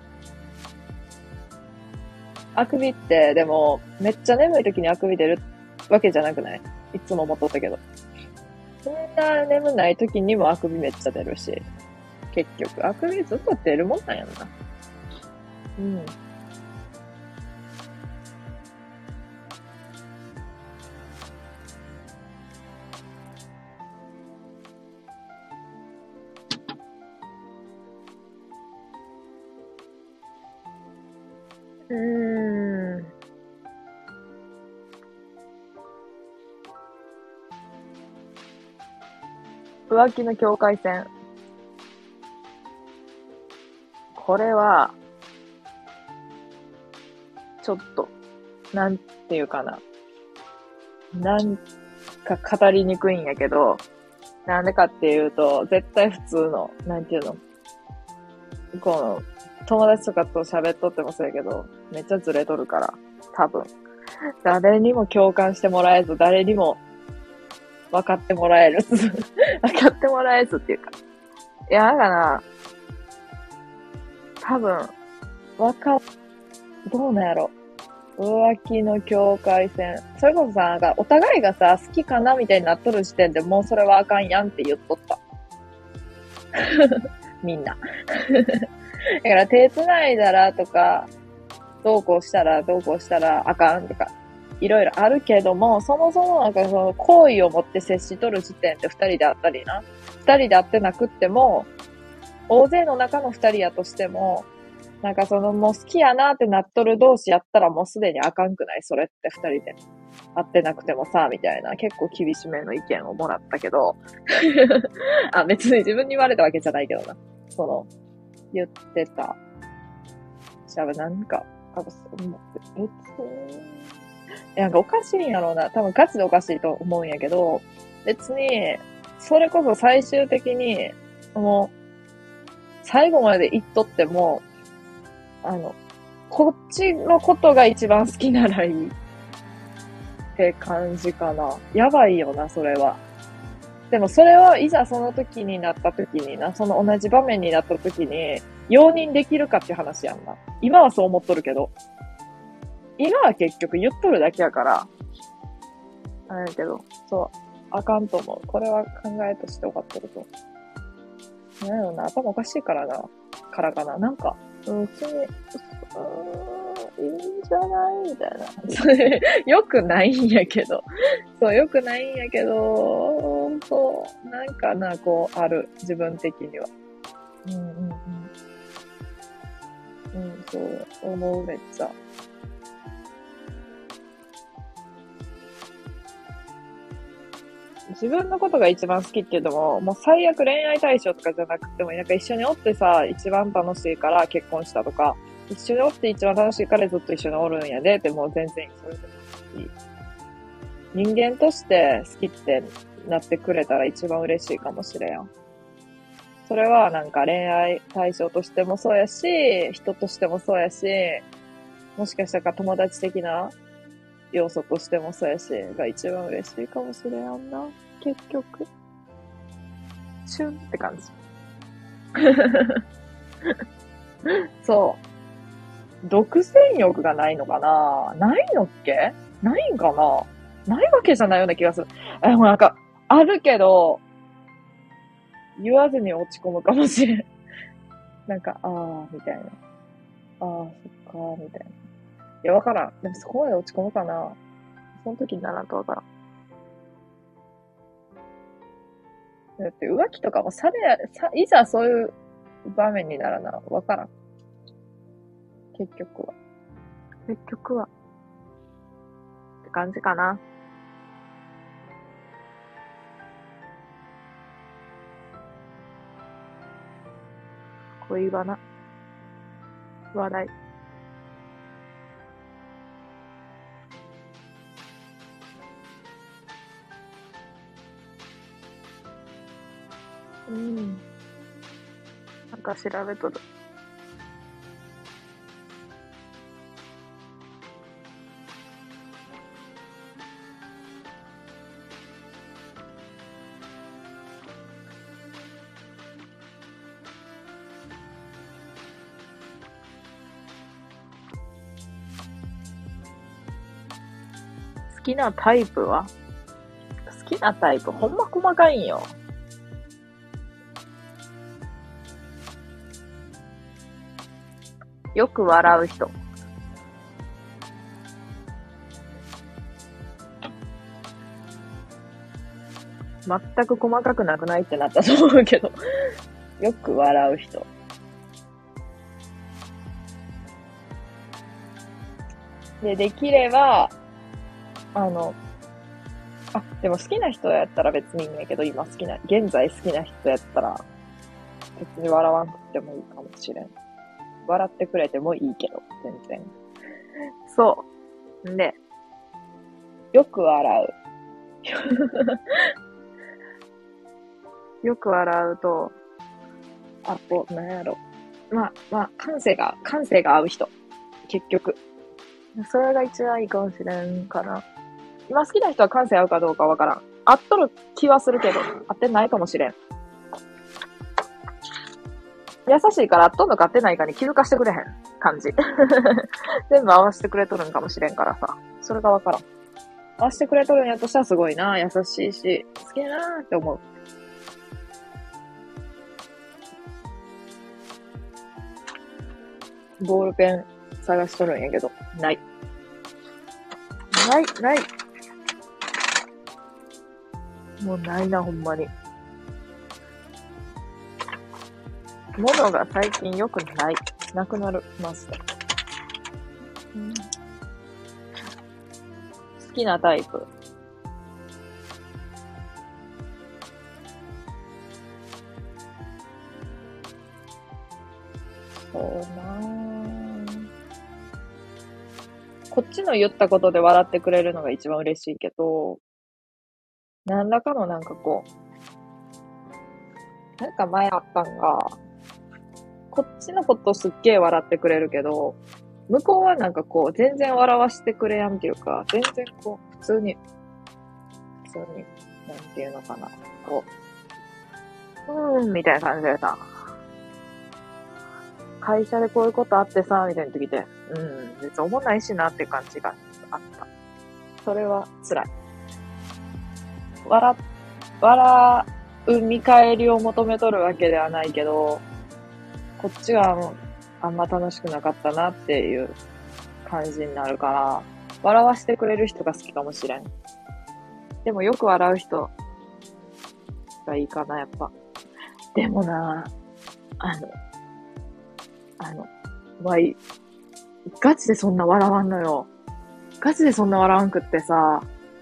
あくびって、でも、めっちゃ眠い時にあくび出るわけじゃなくない？いつも思っとったけど。そんな眠ない時にもあくびめっちゃ出るし。結局、あくびずっと出るもんなんやんな。うん。うーん。浮気の境界線。これは、ちょっと、なんていうかな。なんか語りにくいんやけど、なんでかっていうと、絶対普通の、なんていうの、この、友達とかと喋っとってもそうやけど、めっちゃずれとるから、多分。誰にも共感してもらえず、誰にも分かってもらえる。分かってもらえずっていうか。いや、だから、多分、どうなんやろ。浮気の境界線。それこそさ、なんかお互いがさ、好きかなみたいになっとる時点でもうそれはあかんやんって言っとった。みんな。だから手繋いだらとか、どうこうしたらあかんとか、いろいろあるけども、そもそもなんかその好意を持って接しとる時点で二人であったりな。二人で会ってなくっても、大勢の中の二人やとしても、なんかそのもう好きやなってなっとる同士やったらもうすでにあかんくないそれって二人で。会ってなくてもさ、みたいな結構厳しめの意見をもらったけど、あ、別に自分に言われたわけじゃないけどな。その、言ってた。じゃあなんか、別に、なんかおかしいんやろうな。多分ガチでおかしいと思うんやけど、別に、それこそ最終的に、もう、最後まで言っとっても、こっちのことが一番好きならいいって感じかな。やばいよな、それは。でもそれはいざその時になった時にな、その同じ場面になった時に、容認できるかっていう話やんな。今はそう思っとるけど、今は結局言っとるだけやから、あれやけど、そう、あかんと思う。これは考えとして分かってると。なんやろな、頭おかしいからな、からかな。なんか、普通に、いいんじゃないみたいな。よくないんやけど。そう、よくないんやけど、そう、なんかな、こう、ある。自分的には。うんうんうん。うん、そう、思う、めっちゃ。自分のことが一番好きっていうのも、もう最悪恋愛対象とかじゃなくても、なんか一緒におってさ、一番楽しいから結婚したとか、一緒におって一番楽しいからずっと一緒におるんやで、ってもう全然それでもいい。人間として好きってなってくれたら一番嬉しいかもしれん。それはなんか恋愛対象としてもそうやし、人としてもそうやし、もしかしたら友達的な要素としてもそうやし、が一番嬉しいかもしれんな。結局。シュンって感じ。 そう。独占欲がないのかな？ないのっけ？ないんかな？ないわけじゃないような気がする。もうなんか、あるけど、言わずに落ち込むかもしれん。なんか、みたいな。そっか、みたいな。いや、わからん。でもそこまで落ち込むかな？その時にならんとわからん。だって浮気とかもいざそういう場面にならな、わからん。結局は。結局は。って感じかな。恋バナ。話題。うん。なんか調べとる。好きなタイプは？好きなタイプ、ほんま細かいんよ。よく笑う人。全く細かくなくないってなったと思うけど。よく笑う人。で、できれば、でも好きな人やったら別にいいんやけど、現在好きな人やったら、別に笑わなくてもいいかもしれん。笑ってくれてもいいけど、全然。そう。んで、よく笑う。よく笑うと、あと、なんやろ。感性が合う人。結局。それが一番いいかもしれんかな。今好きな人は感性合うかどうかわからん。合っとる気はするけど、合ってないかもしれん。優しいから合っとんのか合ってないかに気づかしてくれへん感じ。全部合わせてくれとるんかもしれんからさ。それがわからん。合わせてくれとるんやとしたらすごいな。優しいし、好きだなーって思う。ボールペン探しとるんやけど、ない。ない。もうないな、ほんまに。物が最近良くない。なくなる。マジで。好きなタイプ。そうなぁ。こっちの言ったことで笑ってくれるのが一番嬉しいけど、何らかのなんかこう、なんか前あったんが、こっちのことすっげー笑ってくれるけど、向こうはなんかこう、全然笑わしてくれやんっていうか、全然こう、普通に、なんていうのかな、こう、みたいな感じでさ、会社でこういうことあってさ、みたいな時で、別に思んないしなって感じがあった。それは辛い。笑う見返りを求めとるわけではないけど、こっちはもうあんま楽しくなかったなっていう感じになるから、笑わしてくれる人が好きかもしれん。でもよく笑う人がいいかな、やっぱ。でもな、あの、わい、ガチでそんな笑わんのよ。ガチでそんな笑わんくってさ、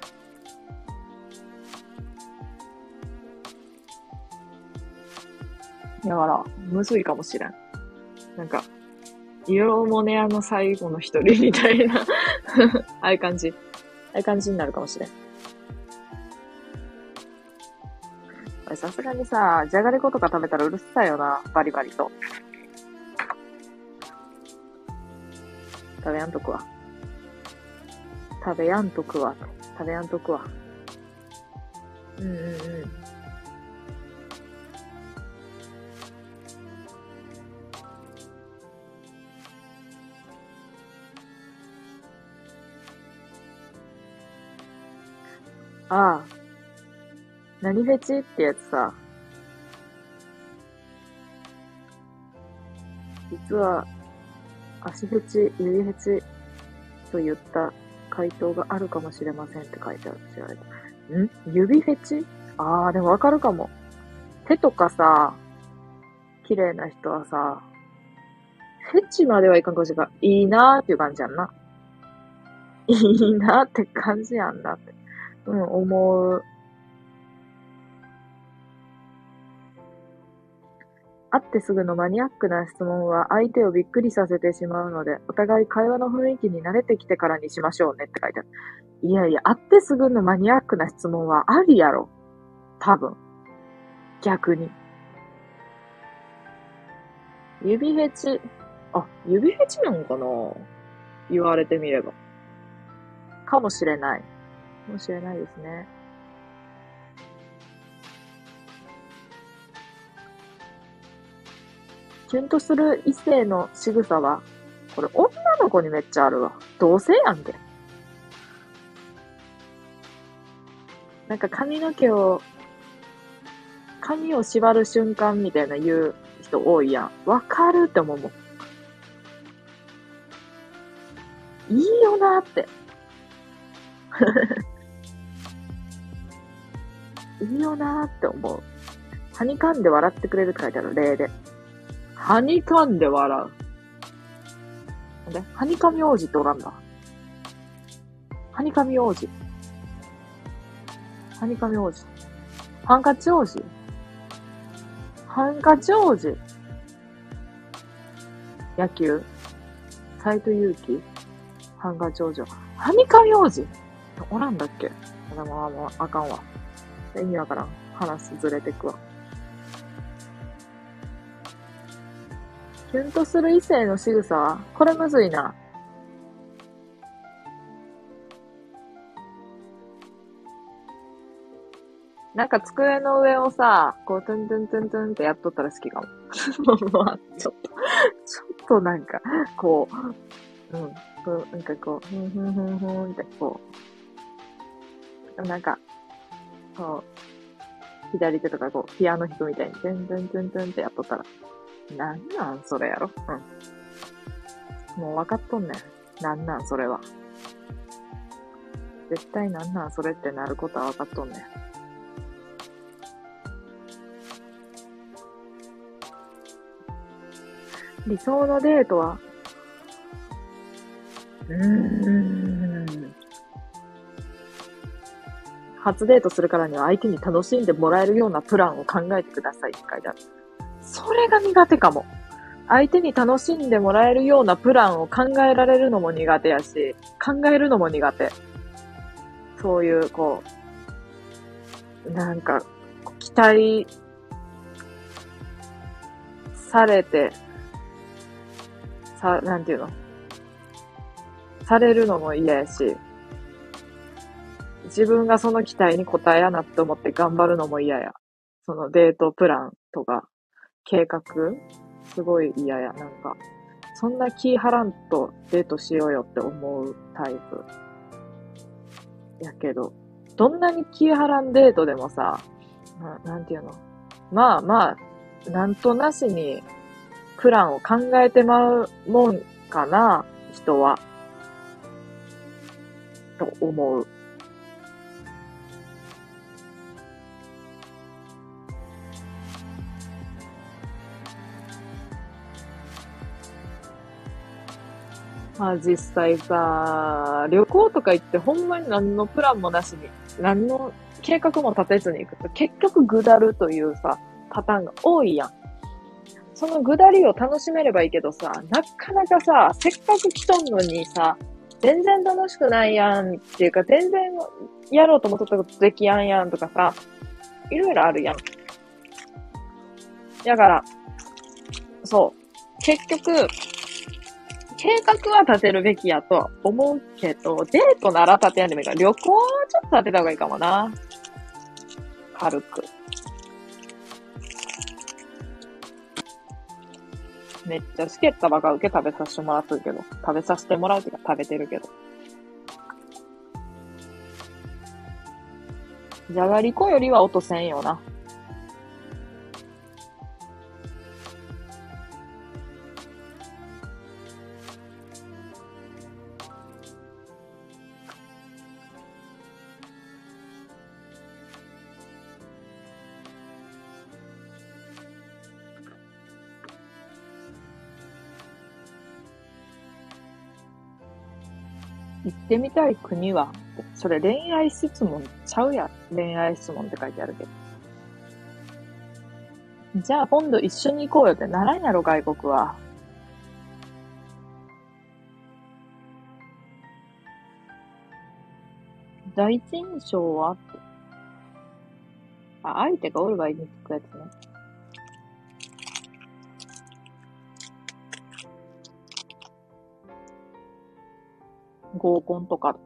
だから、むずいかもしれん。なんか、色モネアの最後の一人みたいなああいう感じ。ああいう感じになるかもしれん。さすがにさ、じゃがりことか食べたらうるさいよな、バリバリと。食べやんとくわ。食べやんとくわ。うん。 ああ、何フェチってやつさ、実は足フェチ、指フェチと言った回答があるかもしれませんって書いてある。調べた。指フェチ。ああ、でもわかるかも。手とかさ、綺麗な人はさ、フェチまではいかんかもしれんが、いいなーっていう感じやんな。いいなーって感じやんなって。思う。会ってすぐのマニアックな質問は相手をびっくりさせてしまうので、お互い会話の雰囲気に慣れてきてからにしましょうねって書いてある。いやいや、会ってすぐのマニアックな質問はありやろ。多分。逆に。指フェチ。あ、指フェチなのかな、言われてみれば。かもしれない。かもしれないですね。キュンとする異性の仕草は、これ女の子にめっちゃあるわ。同性やんけ。なんか髪を縛る瞬間みたいな言う人多いやん。わかるって思うもん。いいよなーって。いいよなーって思う。はにかんで笑ってくれるって書いてある、例で。はにかんで笑う。で、はにかみ王子っておらんだ。はにかみ王子。はにかみ王子。ハンカチ王子。ハンカチ王子。野球。斎藤佑樹。ハンカチ王子。はにかみ王子。おらんだっけ。でもあかんわ。意味わからん。話ずれてくわ。キュンとする異性の仕草はこれむずいな。なんか机の上をさ、こう、トゥントゥントゥントゥンってやっとったら好きかも。ちょっとなんか、こう、なんかこう、ふんふんふんふんってこう、なんか、こう、左手とかこう、ピアノ弾くみたいに、トゥントゥントゥントゥンってやっとったら、なんなんそれやろ。もう分かっとんねん。なんなんそれは。絶対なんなんそれってなることは分かっとんねん。理想のデートは初デートするからには相手に楽しんでもらえるようなプランを考えてくださいって書いてある。それが苦手かも。相手に楽しんでもらえるようなプランを考えられるのも苦手やし、考えるのも苦手。そういう、こう、なんか、期待されて、なんていうのされるのも嫌やし、自分がその期待に応えやなって思って頑張るのも嫌や。そのデートプランとか、計画すごい嫌や。なんか、そんな気張らんとデートしようよって思うタイプ。やけど、どんなに気張らんデートでもさ、なんていうのまあ、なんとなしにプランを考えてまうもんかな、人は。と思う。まあ実際さ、旅行とか行ってほんまに何のプランもなしに、何の計画も立てずに行くと結局ぐだるというさ、パターンが多いやん。そのぐだりを楽しめればいいけどさ、なかなかさ、せっかく来とんのにさ、全然楽しくないやんっていうか、全然やろうと思っとったことできやんやんとかさ、いろいろあるやん。だから、そう。結局、計画は立てるべきやと思うけど、デートなら立てやんでもいいから、旅行はちょっと立てた方がいいかもな。軽く。めっちゃしけったバカ受け食べさせてもらってるけど、食べさせてもらうっていうか食べてるけど。 じゃがりこよりは落とせんよな。行ってみたい国は、それ恋愛質問ちゃうやん。恋愛質問って書いてあるけど。じゃあ今度一緒に行こうよってならんやろ、外国は。第一印象は相手がおる場合に聞くやつね。合コンとか。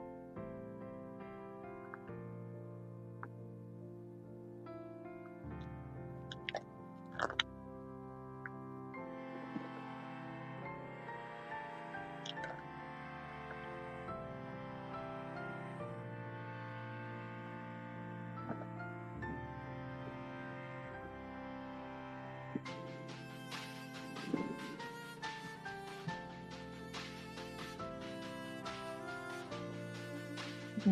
うん。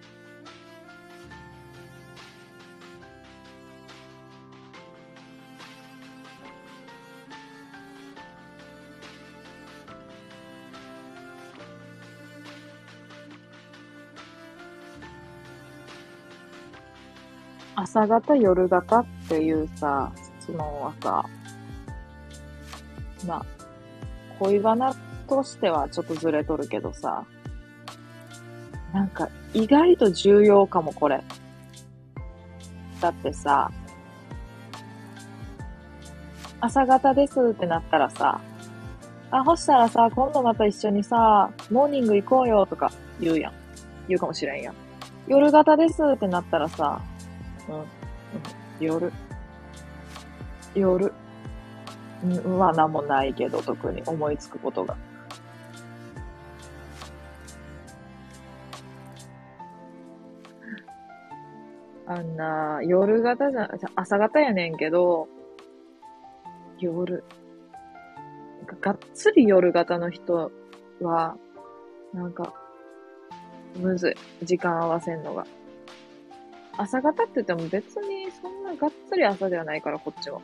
朝型、夜型っていうさ、質問はさ、まあ、恋バナとしてはちょっとずれとるけどさ、なんか意外と重要かも、これ。だってさ、朝型ですってなったらさ、ほしたらさ、今度また一緒にさ、モーニング行こうよとか言うやん。言うかもしれんやん。夜型ですってなったらさ、夜。夜。は何もないけど、特に思いつくことが。夜型じゃ、朝型やねんけど、夜。がっつり夜型の人は、なんか、むずい。時間合わせんのが。朝型って言っても別にそんながっつり朝ではないから、こっちは。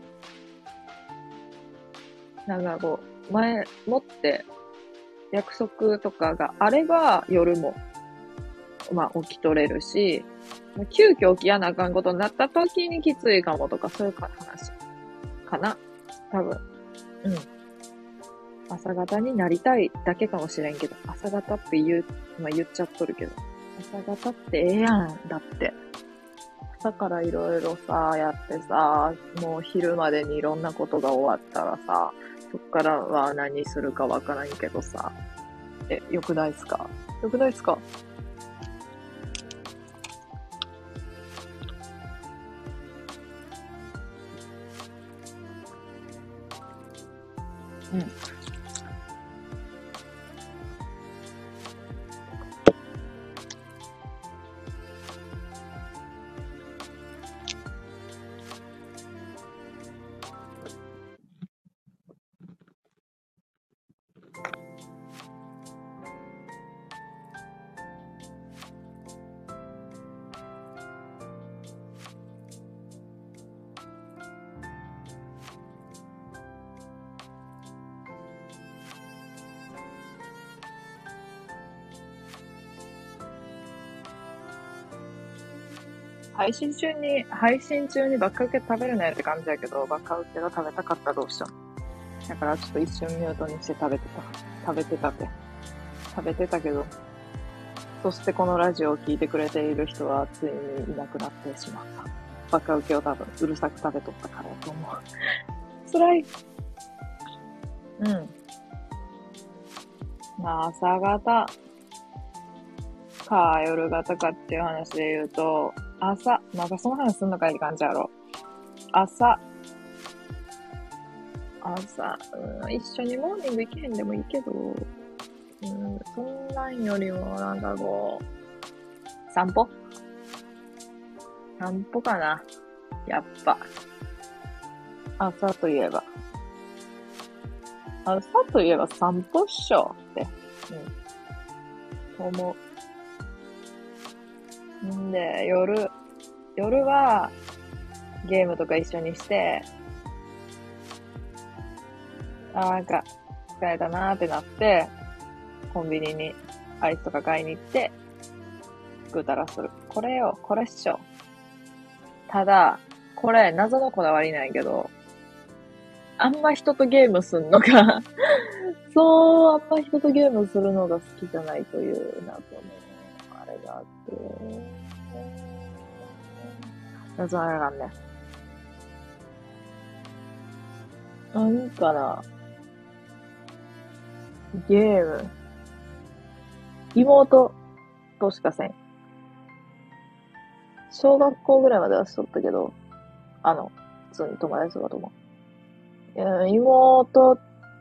なんかこう、前もって約束とかがあれば夜も、起きとれるし、急遽起きやなあかんことになった時にきついかもとか、そういう話かな。多分。うん。朝方になりたいだけかもしれんけど、朝方って言っちゃっとるけど。朝方ってええやん。だって。朝からいろいろさ、やってさ、もう昼までにいろんなことが終わったらさ、そっからは何するかわからんけどさ。よくないっすか？よくないっすか？うん。配信中にばっか受け食べるなよって感じだけど、ばっか受けが食べたかったらどうしたの？だからちょっと一瞬ミュートにして食べてた。食べてたって。食べてたけど、そしてこのラジオを聞いてくれている人はついにいなくなってしまった。バカウケを多分うるさく食べとったからやと思う。辛い。うん。朝方か夜型かっていう話で言うと、その話すんのかい感じやろ。朝、一緒にモーニング行けへんでもいいけど、そんなんよりも、散歩散歩かな。やっぱ。朝といえば。朝といえば散歩っしょって。思う。んで、夜はゲームとか一緒にして、なんか疲れたなーってなって、コンビニにアイスとか買いに行って、ぐうたらする。これっしょ。ただ、これ謎のこだわりなんやけど、あんま人とゲームすんのがそう、あんま人とゲームするのが好きじゃないという謎の、あれがあって、謎のあれがあんね。なんかな、ゲーム、妹としかせん。小学校ぐらいまではしとったけど、普通に友達とかとも。妹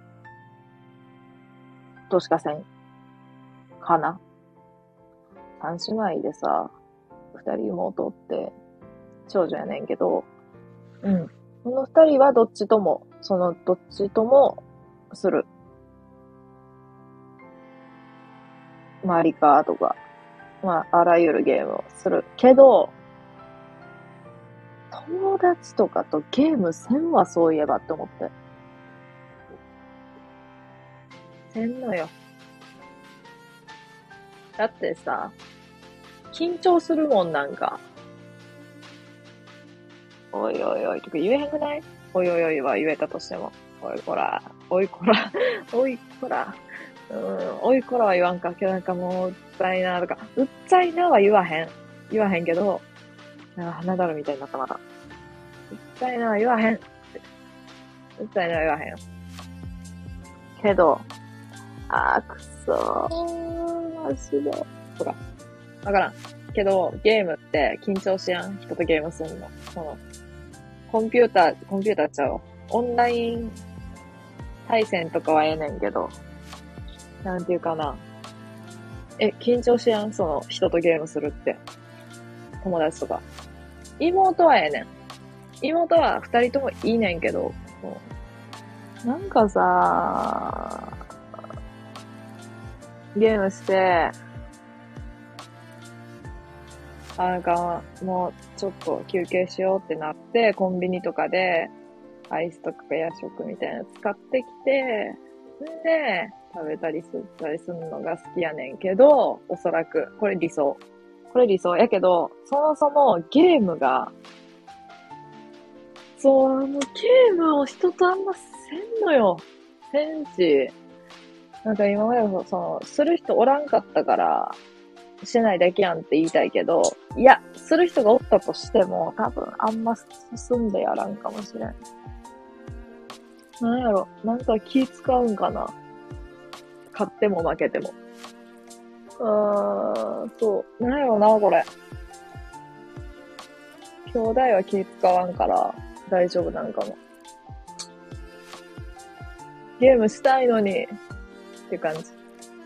としかせん。かな。三姉妹でさ、二人妹って、長女やねんけど、うん。この二人はどっちとも、どっちともする。マリカーとか、あらゆるゲームをする。けど、友達とかとゲームせんわ、そういえばって思って。せんのよ。だってさ、緊張するもんなんか。おいおいおいとか言えへんくない？おいおいおいは言えたとしても。おいこら、おいこら、おいこら、おいこらは言わんか。けどなんかもう、うっざいなとか、うっざいなは言わへん。言わへんけど、なんか花だるみたいになったまた。うっざいなは言わへん。うっざいなは言わへん。けど、くそー、マジで。とか、わからん。けど、ゲームって緊張しやん。人とゲームすんの。コンピューターちゃうわ。オンライン対戦とかはええねんけど、なんていうかな。緊張しやん、人とゲームするって。友達とか。妹はええねん。妹は二人ともいいねんけど、なんかさ、ゲームして、なんか、もう、ちょっと休憩しようってなって、コンビニとかで、アイスとか夜食みたいなの使ってきて、んで、食べたりすったりするのが好きやねんけど、おそらく、これ理想。これ理想やけど、そもそもゲームが、そう、ゲームを人とあんませんのよ。せんし、なんか今までする人おらんかったから、してないだけやんって言いたいけど、いや、する人がおったとしても、多分あんま進んでやらんかもしれん。なんやろ、なんか気使うんかな。勝っても負けても。そう。なんやろな、これ。兄弟は気使わんから大丈夫なんかも。ゲームしたいのにって感じ。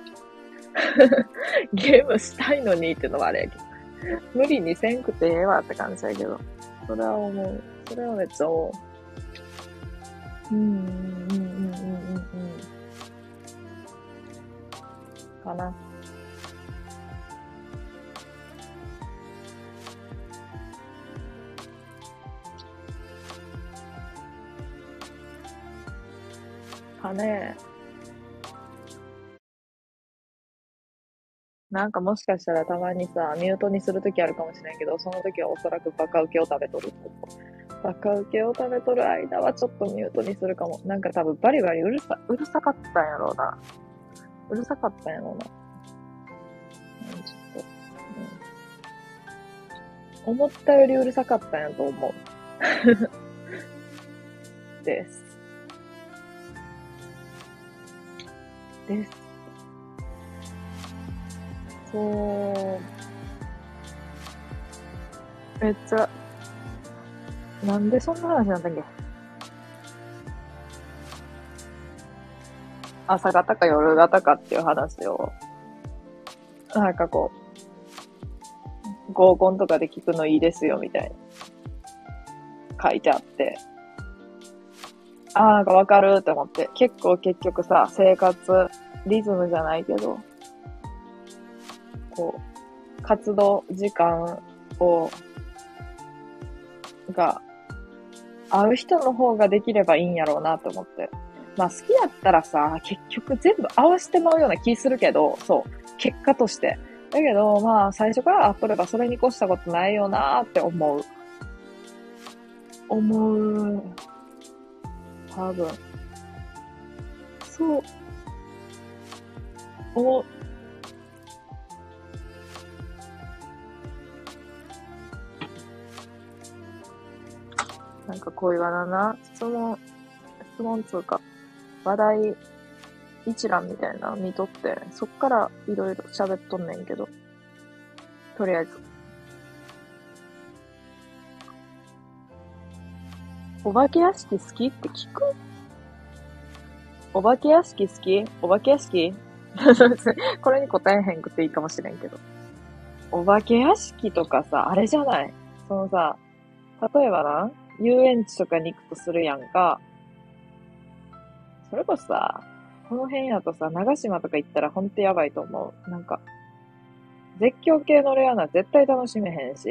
ゲームしたいのにってのはあれやけど。無理にせんくてええわって感じやけど。それは思う。それはめっちゃ思う。かな。かね。なんかもしかしたらたまにさ、ミュートにするときあるかもしれんけど、その時はおそらくバカウケを食べとる。バカウケを食べとる間はちょっとミュートにするかも。なんか多分バリバリうるさかったんやろうな。うるさかったんやろうな。ちょっと、思ったよりうるさかったんやと思う。です。です。そう。めっちゃ、なんでそんな話になったっけ？朝方か夜方かっていう話を、なんかこ合コンとかで聞くのいいですよ、みたいな書いてあって、わかるって思って、結局さ、生活、リズムじゃないけど、こ活動時間を、が合う人の方ができればいいんやろうなと思って。まあ好きやったらさ、結局全部合わせてまうような気するけど、そう、結果として。だけど、まあ最初から合っとればそれに越したことないよなって思う。思う。多分。そう、思う。なんかこういうわな、質問つうか、話題一覧みたいなの見とって、そっからいろいろ喋っとんねんけど、とりあえず。お化け屋敷好きって聞く？お化け屋敷好き？お化け屋敷これに答えへんくていいかもしれんけど。お化け屋敷とかさ、あれじゃない？そのさ、例えばな、遊園地とかに行くとするやんか。それこそさ、この辺やとさ、長島とか行ったらほんとやばいと思う。なんか、絶叫系のレアな絶対楽しめへんし、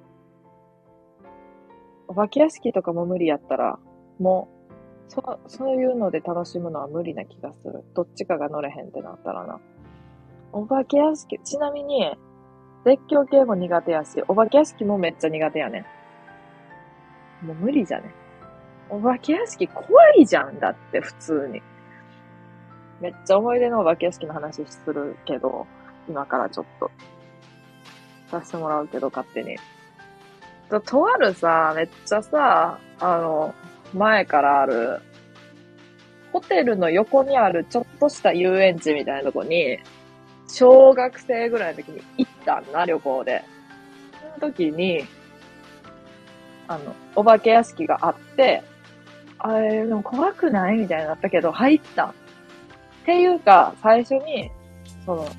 お化け屋敷とかも無理やったら、もう、そういうので楽しむのは無理な気がする。どっちかが乗れへんってなったらな。お化け屋敷、ちなみに、絶叫系も苦手やし、お化け屋敷もめっちゃ苦手やねん。もう無理じゃね。お化け屋敷怖いじゃんだって普通に。めっちゃ思い出のお化け屋敷の話するけど、今からちょっとさせてもらうけど勝手に。とあるさ、めっちゃさ、前からある、ホテルの横にあるちょっとした遊園地みたいなとこに、小学生ぐらいの時に行ったんな、旅行で。その時に、お化け屋敷があって、あれ、でも怖くないみたいになったけど、入ったん。っていうか、最初に、その、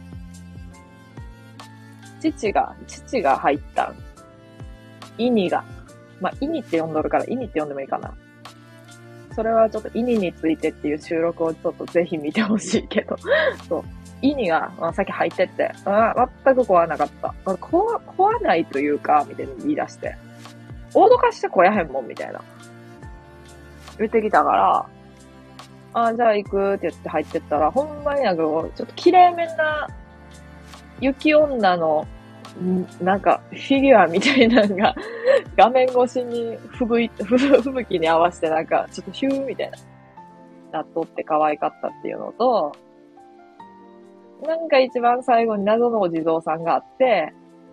父が入ったん。イニが。まあ、イニって呼んどるから、イニって呼んでもいいかな。それはちょっとイニについてっていう収録をちょっとぜひ見てほしいけど。そう。イニが、さっき入ってって、全く怖なかった。怖ないというか、みたいに言い出して。脅かしてこやへんもん、みたいな。言ってきたから、じゃあ行くって言って入ってったら、ほんまになんかこう、ちょっと綺麗めな雪女の、なんか、フィギュアみたいなのが、画面越しに吹雪に合わせてなんか、ちょっとヒューみたいな、なっとって可愛かったっていうのと、なんか一番最後に謎のお地蔵さんがあって、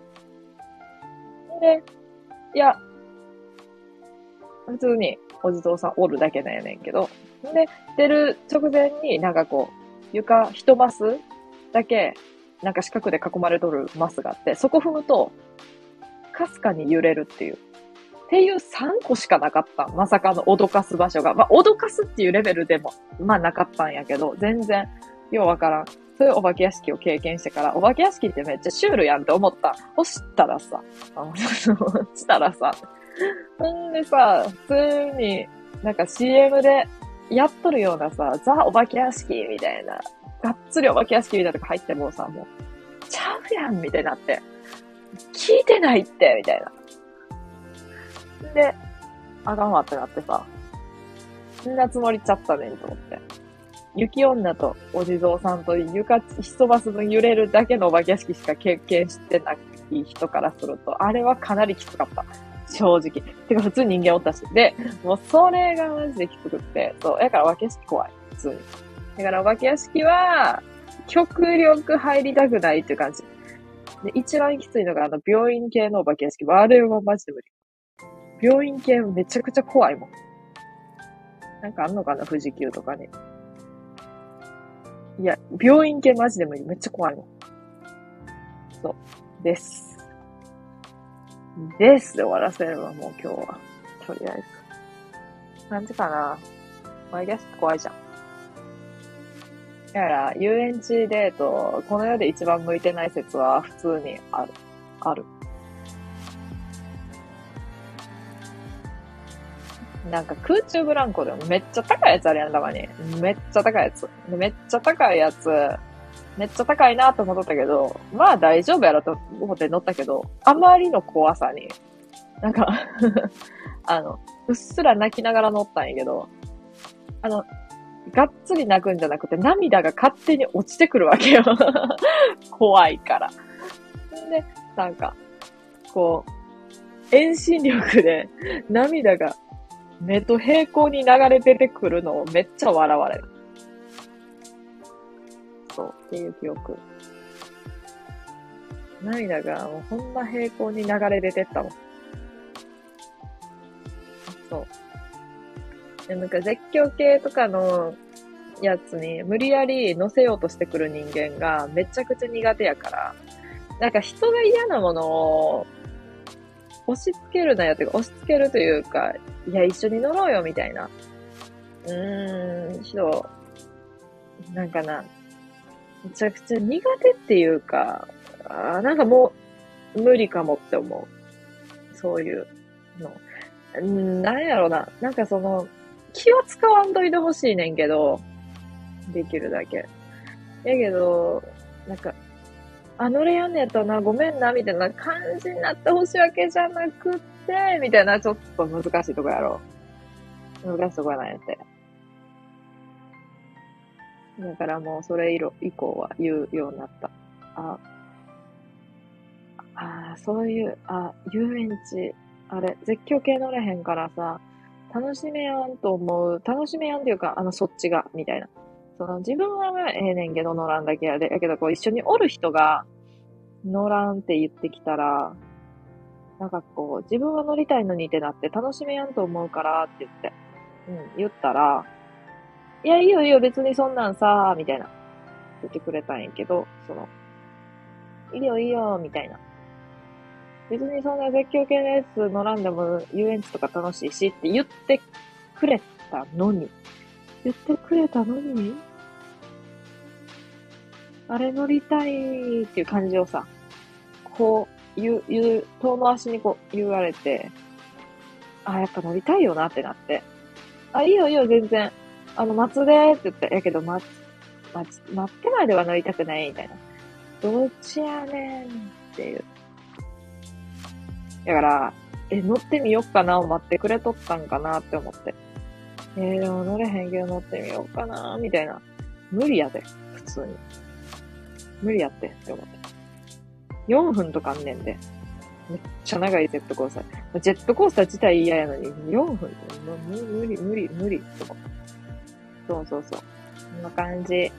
で、いや、普通にお地蔵さんおるだけなんやねんけど、で、出る直前になんかこう、床一マスだけ、なんか四角で囲まれとるマスがあって、そこ踏むと、かすかに揺れるっていう。っていう3個しかなかった。まさかの脅かす場所が。まあ、脅かすっていうレベルでも、まあなかったんやけど、全然、ようわからん。そういうお化け屋敷を経験してから、お化け屋敷ってめっちゃシュールやんって思った。そしたらさ、したらさ、ほんでさ、普通に、なんか CM でやっとるようなさ、ザ・お化け屋敷みたいな、がっつりお化け屋敷みたいなとこ入ってもさ、もう、ちゃうやんみたいになって、聞いてないって、みたいな。で、あかんわってなってさ、そんなつもりちゃったねんと思って。雪女とお地蔵さんと床一バス分揺れるだけのお化け屋敷しか経験してない人からすると、あれはかなりきつかった。正直。てか普通に人間おったし。で、もうそれがマジできつくって。そう。だからお化け屋敷怖い。普通に。だからお化け屋敷は、極力入りたくないっていう感じ。で、一番きついのが病院系のお化け屋敷。あれはマジで無理。病院系めちゃくちゃ怖いもん。なんかあんのかな富士急とかに。いや、病院系マジで無理。めっちゃ怖いもん。そう。です。ですで終わらせればもう今日は。とりあえず。感じかな。マイギャス怖いじゃん。だから、遊園地デート、この世で一番向いてない説は普通にある。ある。 なんか空中ブランコでもめっちゃ高いやつあるやん、たまに。めっちゃ高いやつ。でめっちゃ高いやつ、めっちゃ高いなと思ったけど、まあ大丈夫やろと思って乗ったけど、あまりの怖さに、なんかうっすら泣きながら乗ったんやけど、がっつり泣くんじゃなくて涙が勝手に落ちてくるわけよ。怖いから。で、なんか、こう、遠心力で涙が目と平行に流れ出てくるのをめっちゃ笑われる。そう、っていう記憶。涙がもうほんま平行に流れ出てったもん。そう。で、なんか絶叫系とかのやつに無理やり乗せようとしてくる人間がめちゃくちゃ苦手やから、なんか人が嫌なものを押し付けるなよっていうか、押し付けるというか、いや、一緒に乗ろうよみたいな。人、なんかな、めちゃくちゃ苦手っていうか、なんかもう無理かもって思う。そういうの。なんやろな。なんかその、気は使わんといてほしいねんけど、できるだけ。やけど、なんか、乗れやんねやったらな、ごめんな、みたいな感じになってほしいわけじゃなくて、みたいな、ちょっと難しいとこやろ。難しいとこやなんやって。だからもうそれ以降は言うようになった。あ、そういう、遊園地、あれ、絶叫系乗れへんからさ、楽しめやんと思う。楽しめやんっていうか、そっちが、みたいな。その、自分はええねんけど乗らんだけやで。やけど、こう、一緒におる人が乗らんって言ってきたら、なんかこう、自分は乗りたいのにってなって楽しめやんと思うからって言って、言ったら、いや、いいよいいよ、別にそんなんさ、みたいな、言ってくれたんやけど、いいよいいよ、みたいな。別にそんな絶叫系のやつ乗らんでも遊園地とか楽しいしって言ってくれたのに、言ってくれたのに、あれ乗りたいっていう感じをさ、こう、遠回しにこう言われて、やっぱ乗りたいよなってなって。いいよいいよ、全然。待つでーって言って、やけど待ってまでは乗りたくないみたいな。どっちやねんっていう。だから、乗ってみよっかなを待ってくれとったんかなって思って。でも乗れへんけど乗ってみようかなみたいな。無理やで、普通に。無理やって思って。4分とかあんねんで。めっちゃ長いジェットコースター。ジェットコースター自体嫌やのに、4分って無理って思って。そう。こんな感じ。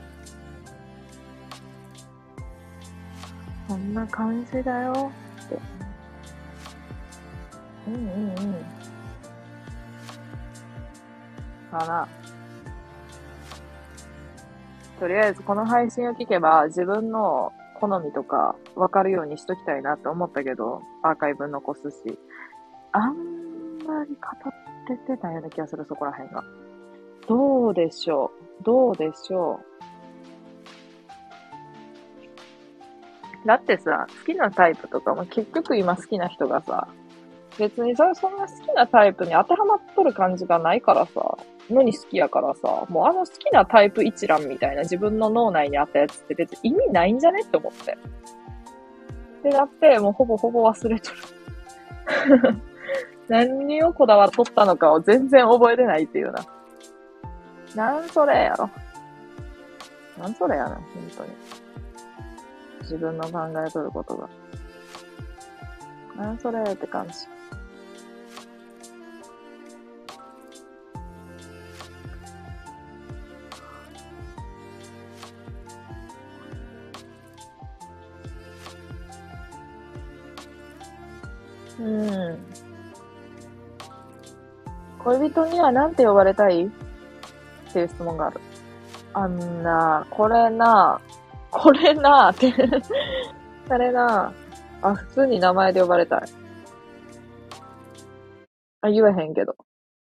こんな感じだよって。うん。かな。とりあえずこの配信を聞けば自分の好みとか分かるようにしときたいなって思ったけど、アーカイブ残すし。あんまり語ってたような気がする、そこら辺が。どうでしょう。だってさ、好きなタイプとかも結局今好きな人がさ、別にそんな好きなタイプに当てはまっとる感じがないからさ、のに好きやからさ、もう好きなタイプ一覧みたいな自分の脳内にあったやつって別に意味ないんじゃねって思って。で、だって、もうほぼ忘れとる。何をこだわっとったのかを全然覚えてないっていうな。なんそれやろ。なんそれやな、本当に。自分の考えとることが。なんそれって感じ。恋人には何て呼ばれたいっていう質問がある。これなって。あれな普通に名前で呼ばれたい。言えへんけど。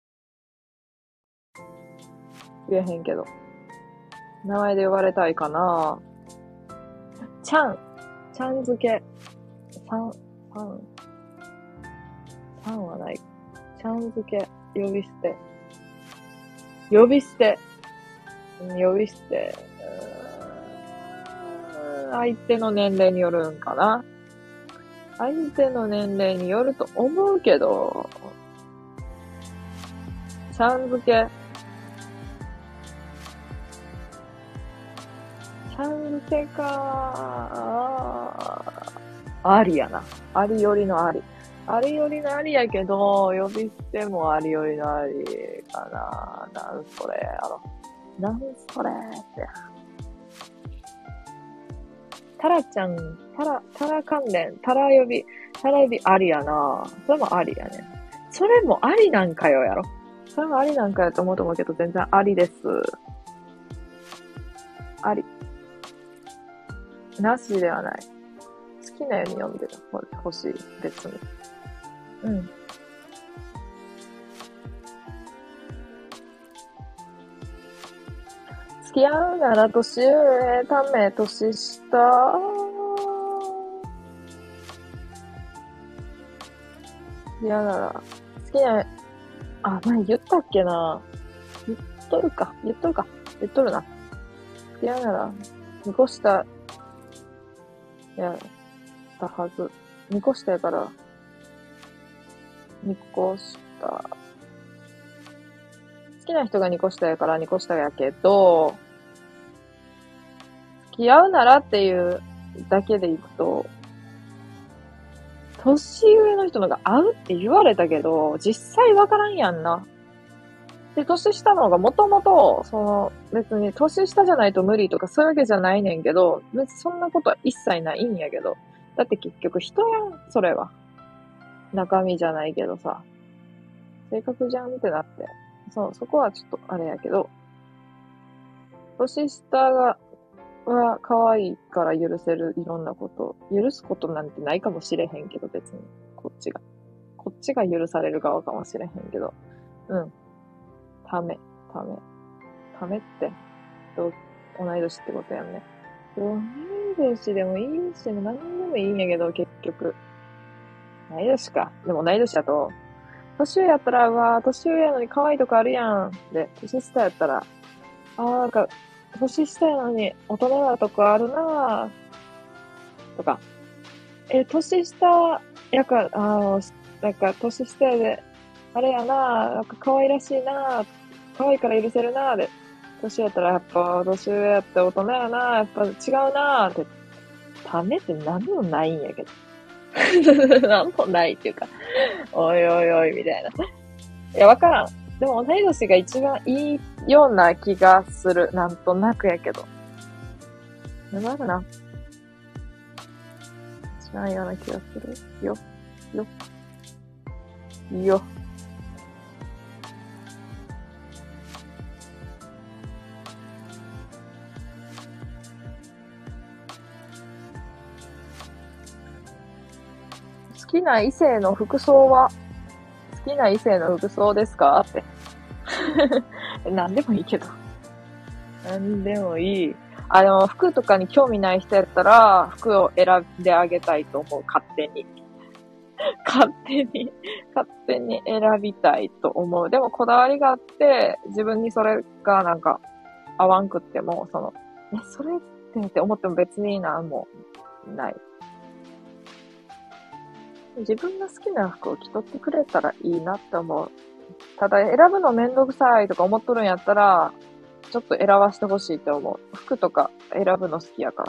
名前で呼ばれたいかな。ちゃん付け。さんはない。ちゃん付け。 呼び捨て。呼び捨て。呼び捨て。相手の年齢によるんかな。相手の年齢によると思うけど、ちゃん付け。ちゃん付けか、ありやな。ありよりのあり。ありよりのありやけど、呼び捨てもありよりのありかな。なんそれやろ。なんそれって。タラちゃん、タラ関連、タラ呼びありやな。それもありやね。それもありなんかよやろ。それもありなんかやと思うと思うけど、全然ありです。あり。なしではない。好きなように読んでほしい。別に。うん。付き合うなら年上、ため、年下。嫌なら、好きな、前言ったっけな。言っとるか。言っとるな。付き合うなら、見越した、やったはず。見越したやから、見越した。好きな人が見越したやから見越したやけど、付き合うならっていうだけでいくと、年上の人のが合うって言われたけど、実際わからんやんな。で、年下の方がもともと、別に年下じゃないと無理とかそういうわけじゃないねんけど、別にそんなことは一切ないんやけど。だって結局人やん、それは。中身じゃないけどさ。性格じゃんってなって。そこはちょっとあれやけど。年下は可愛いから許せるいろんなこと。許すことなんてないかもしれへんけど、別に。こっちが許される側かもしれへんけど。うん。ためって、同い年ってことやんね。同い年でもいいし、何でもいいんやけど、結局。同い年か。でも同い年だと、年上やったら、年上やのに可愛いとこあるやん。で、年下やったら、なんか、年下やのに大人なとこあるなぁ、とか。年下やから、なんか年下やで、あれやなぁ、なんか可愛らしいなぁ、可愛いから許せるなぁで、年やったらやっぱ、年上やって大人やなぁ、やっぱ違うなぁって、ためって何もないんやけど。何もないっていうか、おいおいおい、みたいな。いや、わからん。でも同い年が一番いいような気がする。なんとなくやけど。なんだろうな。一番いいような気がする。よ。好きな異性の服装ですかって。何でもいいけど。何でもいい。服とかに興味ない人やったら、服を選んであげたいと思う。勝手に選びたいと思う。でもこだわりがあって、自分にそれがなんか合わんくっても、それって思っても別になんもない。自分が好きな服を着とってくれたらいいなって思う。ただ選ぶのめんどくさいとか思っとるんやったら、ちょっと選ばしてほしいって思う。服とか選ぶの好きやから。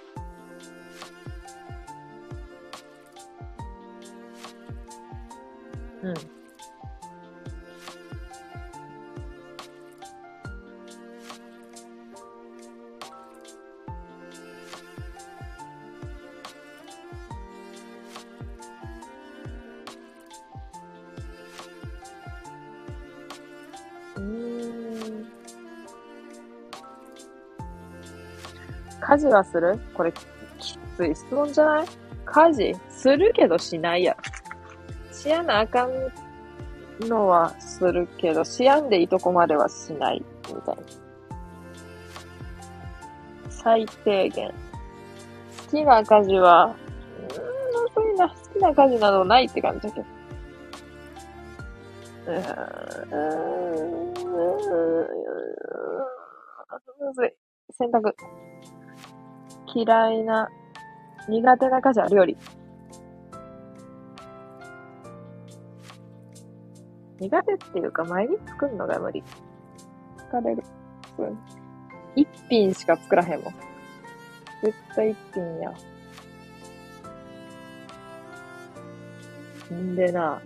うん。うーん。家事はする？これ、きつい質問じゃない？家事するけどしないや。しやなあかんのはするけど、しやんでいいとこまではしない。みたいな。最低限。好きな家事は、そういうな、好きな家事などないって感じだけど。 うむずい。選択。嫌いな、苦手な家事は料理。苦手っていうか、毎日作るのが無理。疲れる。一品しか作らへんもん。絶対一品や。んでな、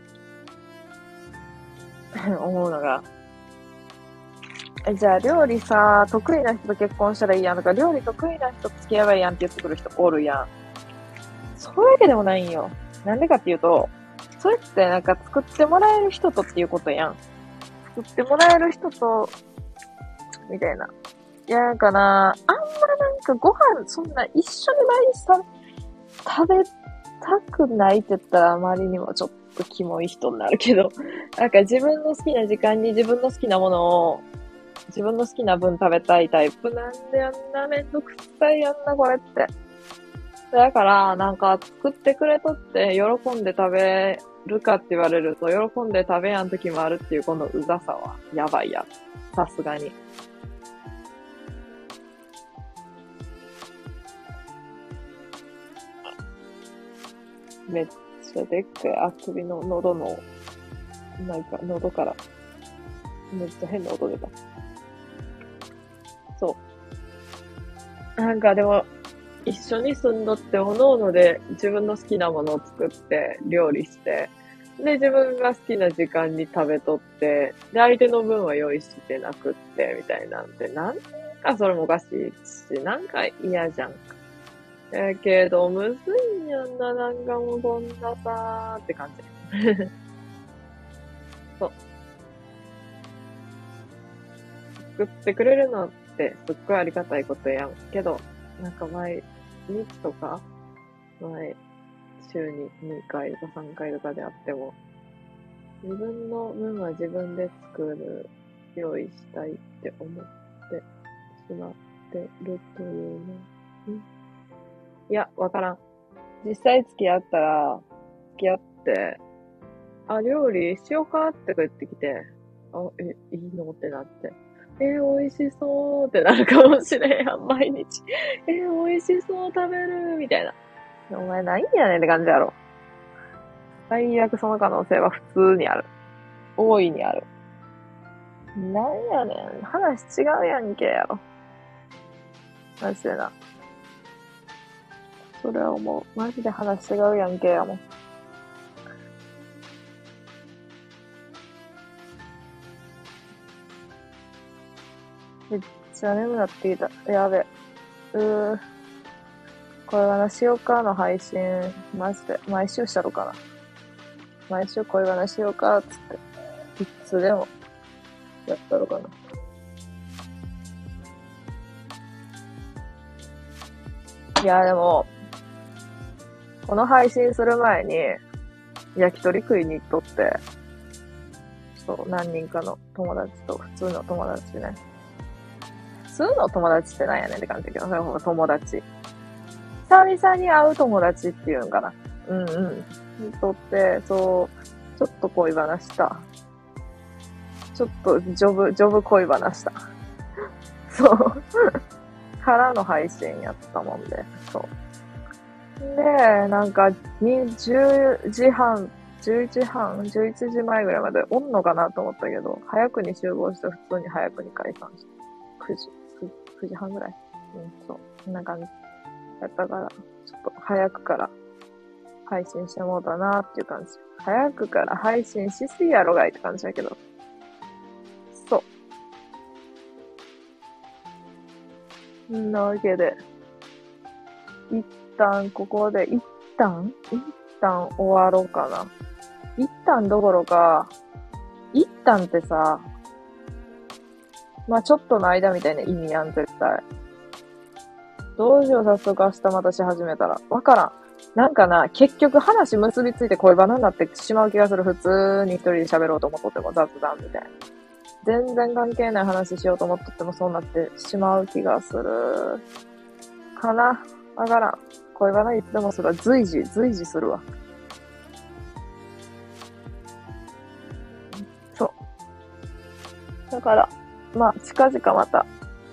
思うのが、じゃあ料理さ、得意な人と結婚したらいいやんとか、料理得意な人と付き合えばいいやんって言ってくる人おるやん。そういうわけでもないんよ。なんでかっていうと、それってなんか作ってもらえる人とっていうことやん。作ってもらえる人と、みたいな。いや、なんかな、あんまなんかご飯、そんな一緒に毎日食べたくないって言ったらあまりにもちょっとキモい人になるけど、なんか自分の好きな時間に自分の好きなものを自分の好きな分食べたいタイプなんであんなめんどくさいやんな、これって。だから、なんか作ってくれとって喜んで食べるかって言われると、喜んで食べやん時もあるっていうこのうざさはやばいや。さすがに。めっちゃでっかいあくびの喉の、なんか喉からめっちゃ変な音出た。そう。なんかでも、一緒に住んどって、おのおので自分の好きなものを作って、料理して、で、自分が好きな時間に食べとって、で、相手の分は用意してなくって、みたいなんて、なんかそれもおかしいし、なんか嫌じゃん。けど、むずいんやんな、なんかもうこんなさーって感じ。そう。作ってくれるのってすっごいありがたいことやん。けど、なんか毎日とか、毎週に2回とか3回とかであっても、自分の分は自分で作る、用意したいって思ってしまってるというね。いや、わからん。実際付き合ったら、付き合って、あ、料理しようかって言ってきて、あ、いいのってなって。美味しそうってなるかもしれんやん、毎日。美味しそう食べるみたいな。お前ないんやねんって感じやろ。最悪その可能性は普通にある。大いにある。なんやねん。話違うやんけやろ。マジでな。それは思う。マジで話違うやんけやもん。めっちゃ眠なってきた。やべ。これはなしようかの配信、マジで。毎週したろかな。毎週恋話しようか、つって。いつでも、やったろかな。いや、でも、この配信する前に、焼き鳥食いに行っとって、そう、何人かの友達と、普通の友達ね。普通の友達ってなんやねんって感じだけど、それほど友達。久々に会う友達っていうんかな。うんうん。にとって、そう、ちょっと恋話した。ちょっとジョブ恋話した。そう。からの配信やったもんで、そう。で、なんか、10時半、11時半、11時前ぐらいまでおんのかなと思ったけど、早くに集合して普通に早くに解散して、9時半ぐらい。うん、そう。こんな感じ。やったから、ちょっと早くから配信してもうたなっていう感じ。早くから配信しすぎやろがいって感じだけど。そう。んなわけで、一旦ここで、一旦終わろうかな。一旦どころか、一旦ってさ、まあちょっとの間みたいな意味やん、絶対。どうしよう、早速明日またし始めたら。わからん。なんかな、結局話結びついて恋バナになってしまう気がする。普通に一人で喋ろうと思っとっても雑談みたいな。全然関係ない話しようと思っとってもそうなってしまう気がする。かな。わからん。恋バナいつでもするわ。随時するわ。 だから、まあ、近々また、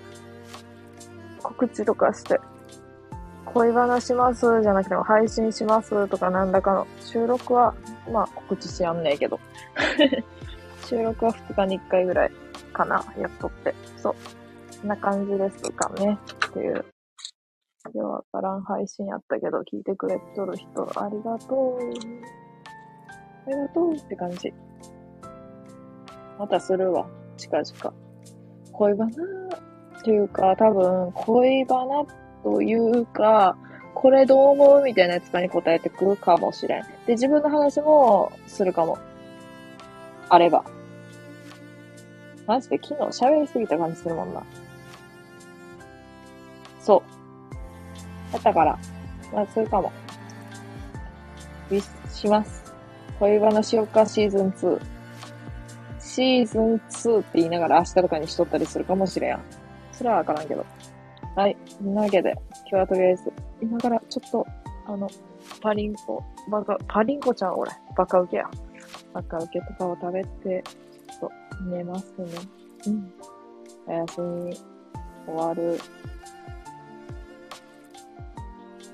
告知とかして、恋バナしますじゃなくても配信しますとかなんだかの収録は、まあ告知しやんねえけど。収録は2日に1回ぐらいかな、やっとって。そう。こんな感じですかね。っていう。ようわからん配信やったけど、聞いてくれとる人、ありがとう。ありがとうって感じ。またするわ。近々。恋バナっていうか、多分、恋バナというか、これどう思うみたいなやつかに答えてくるかもしれん。で、自分の話もするかも。あれば。マジで昨日喋りすぎた感じするもんな。そう。だったから、まあ、するかも。します。恋バナしようか、シーズン2。シーズン2って言いながら明日とかにしとったりするかもしれん。それはわからんけど。はい。なわけで、今日はとりあえず、今からちょっと、パリンコちゃん俺。バカウケや。バカウケとかを食べて、ちょっと寝ますね。うん。おやすみ。終わる。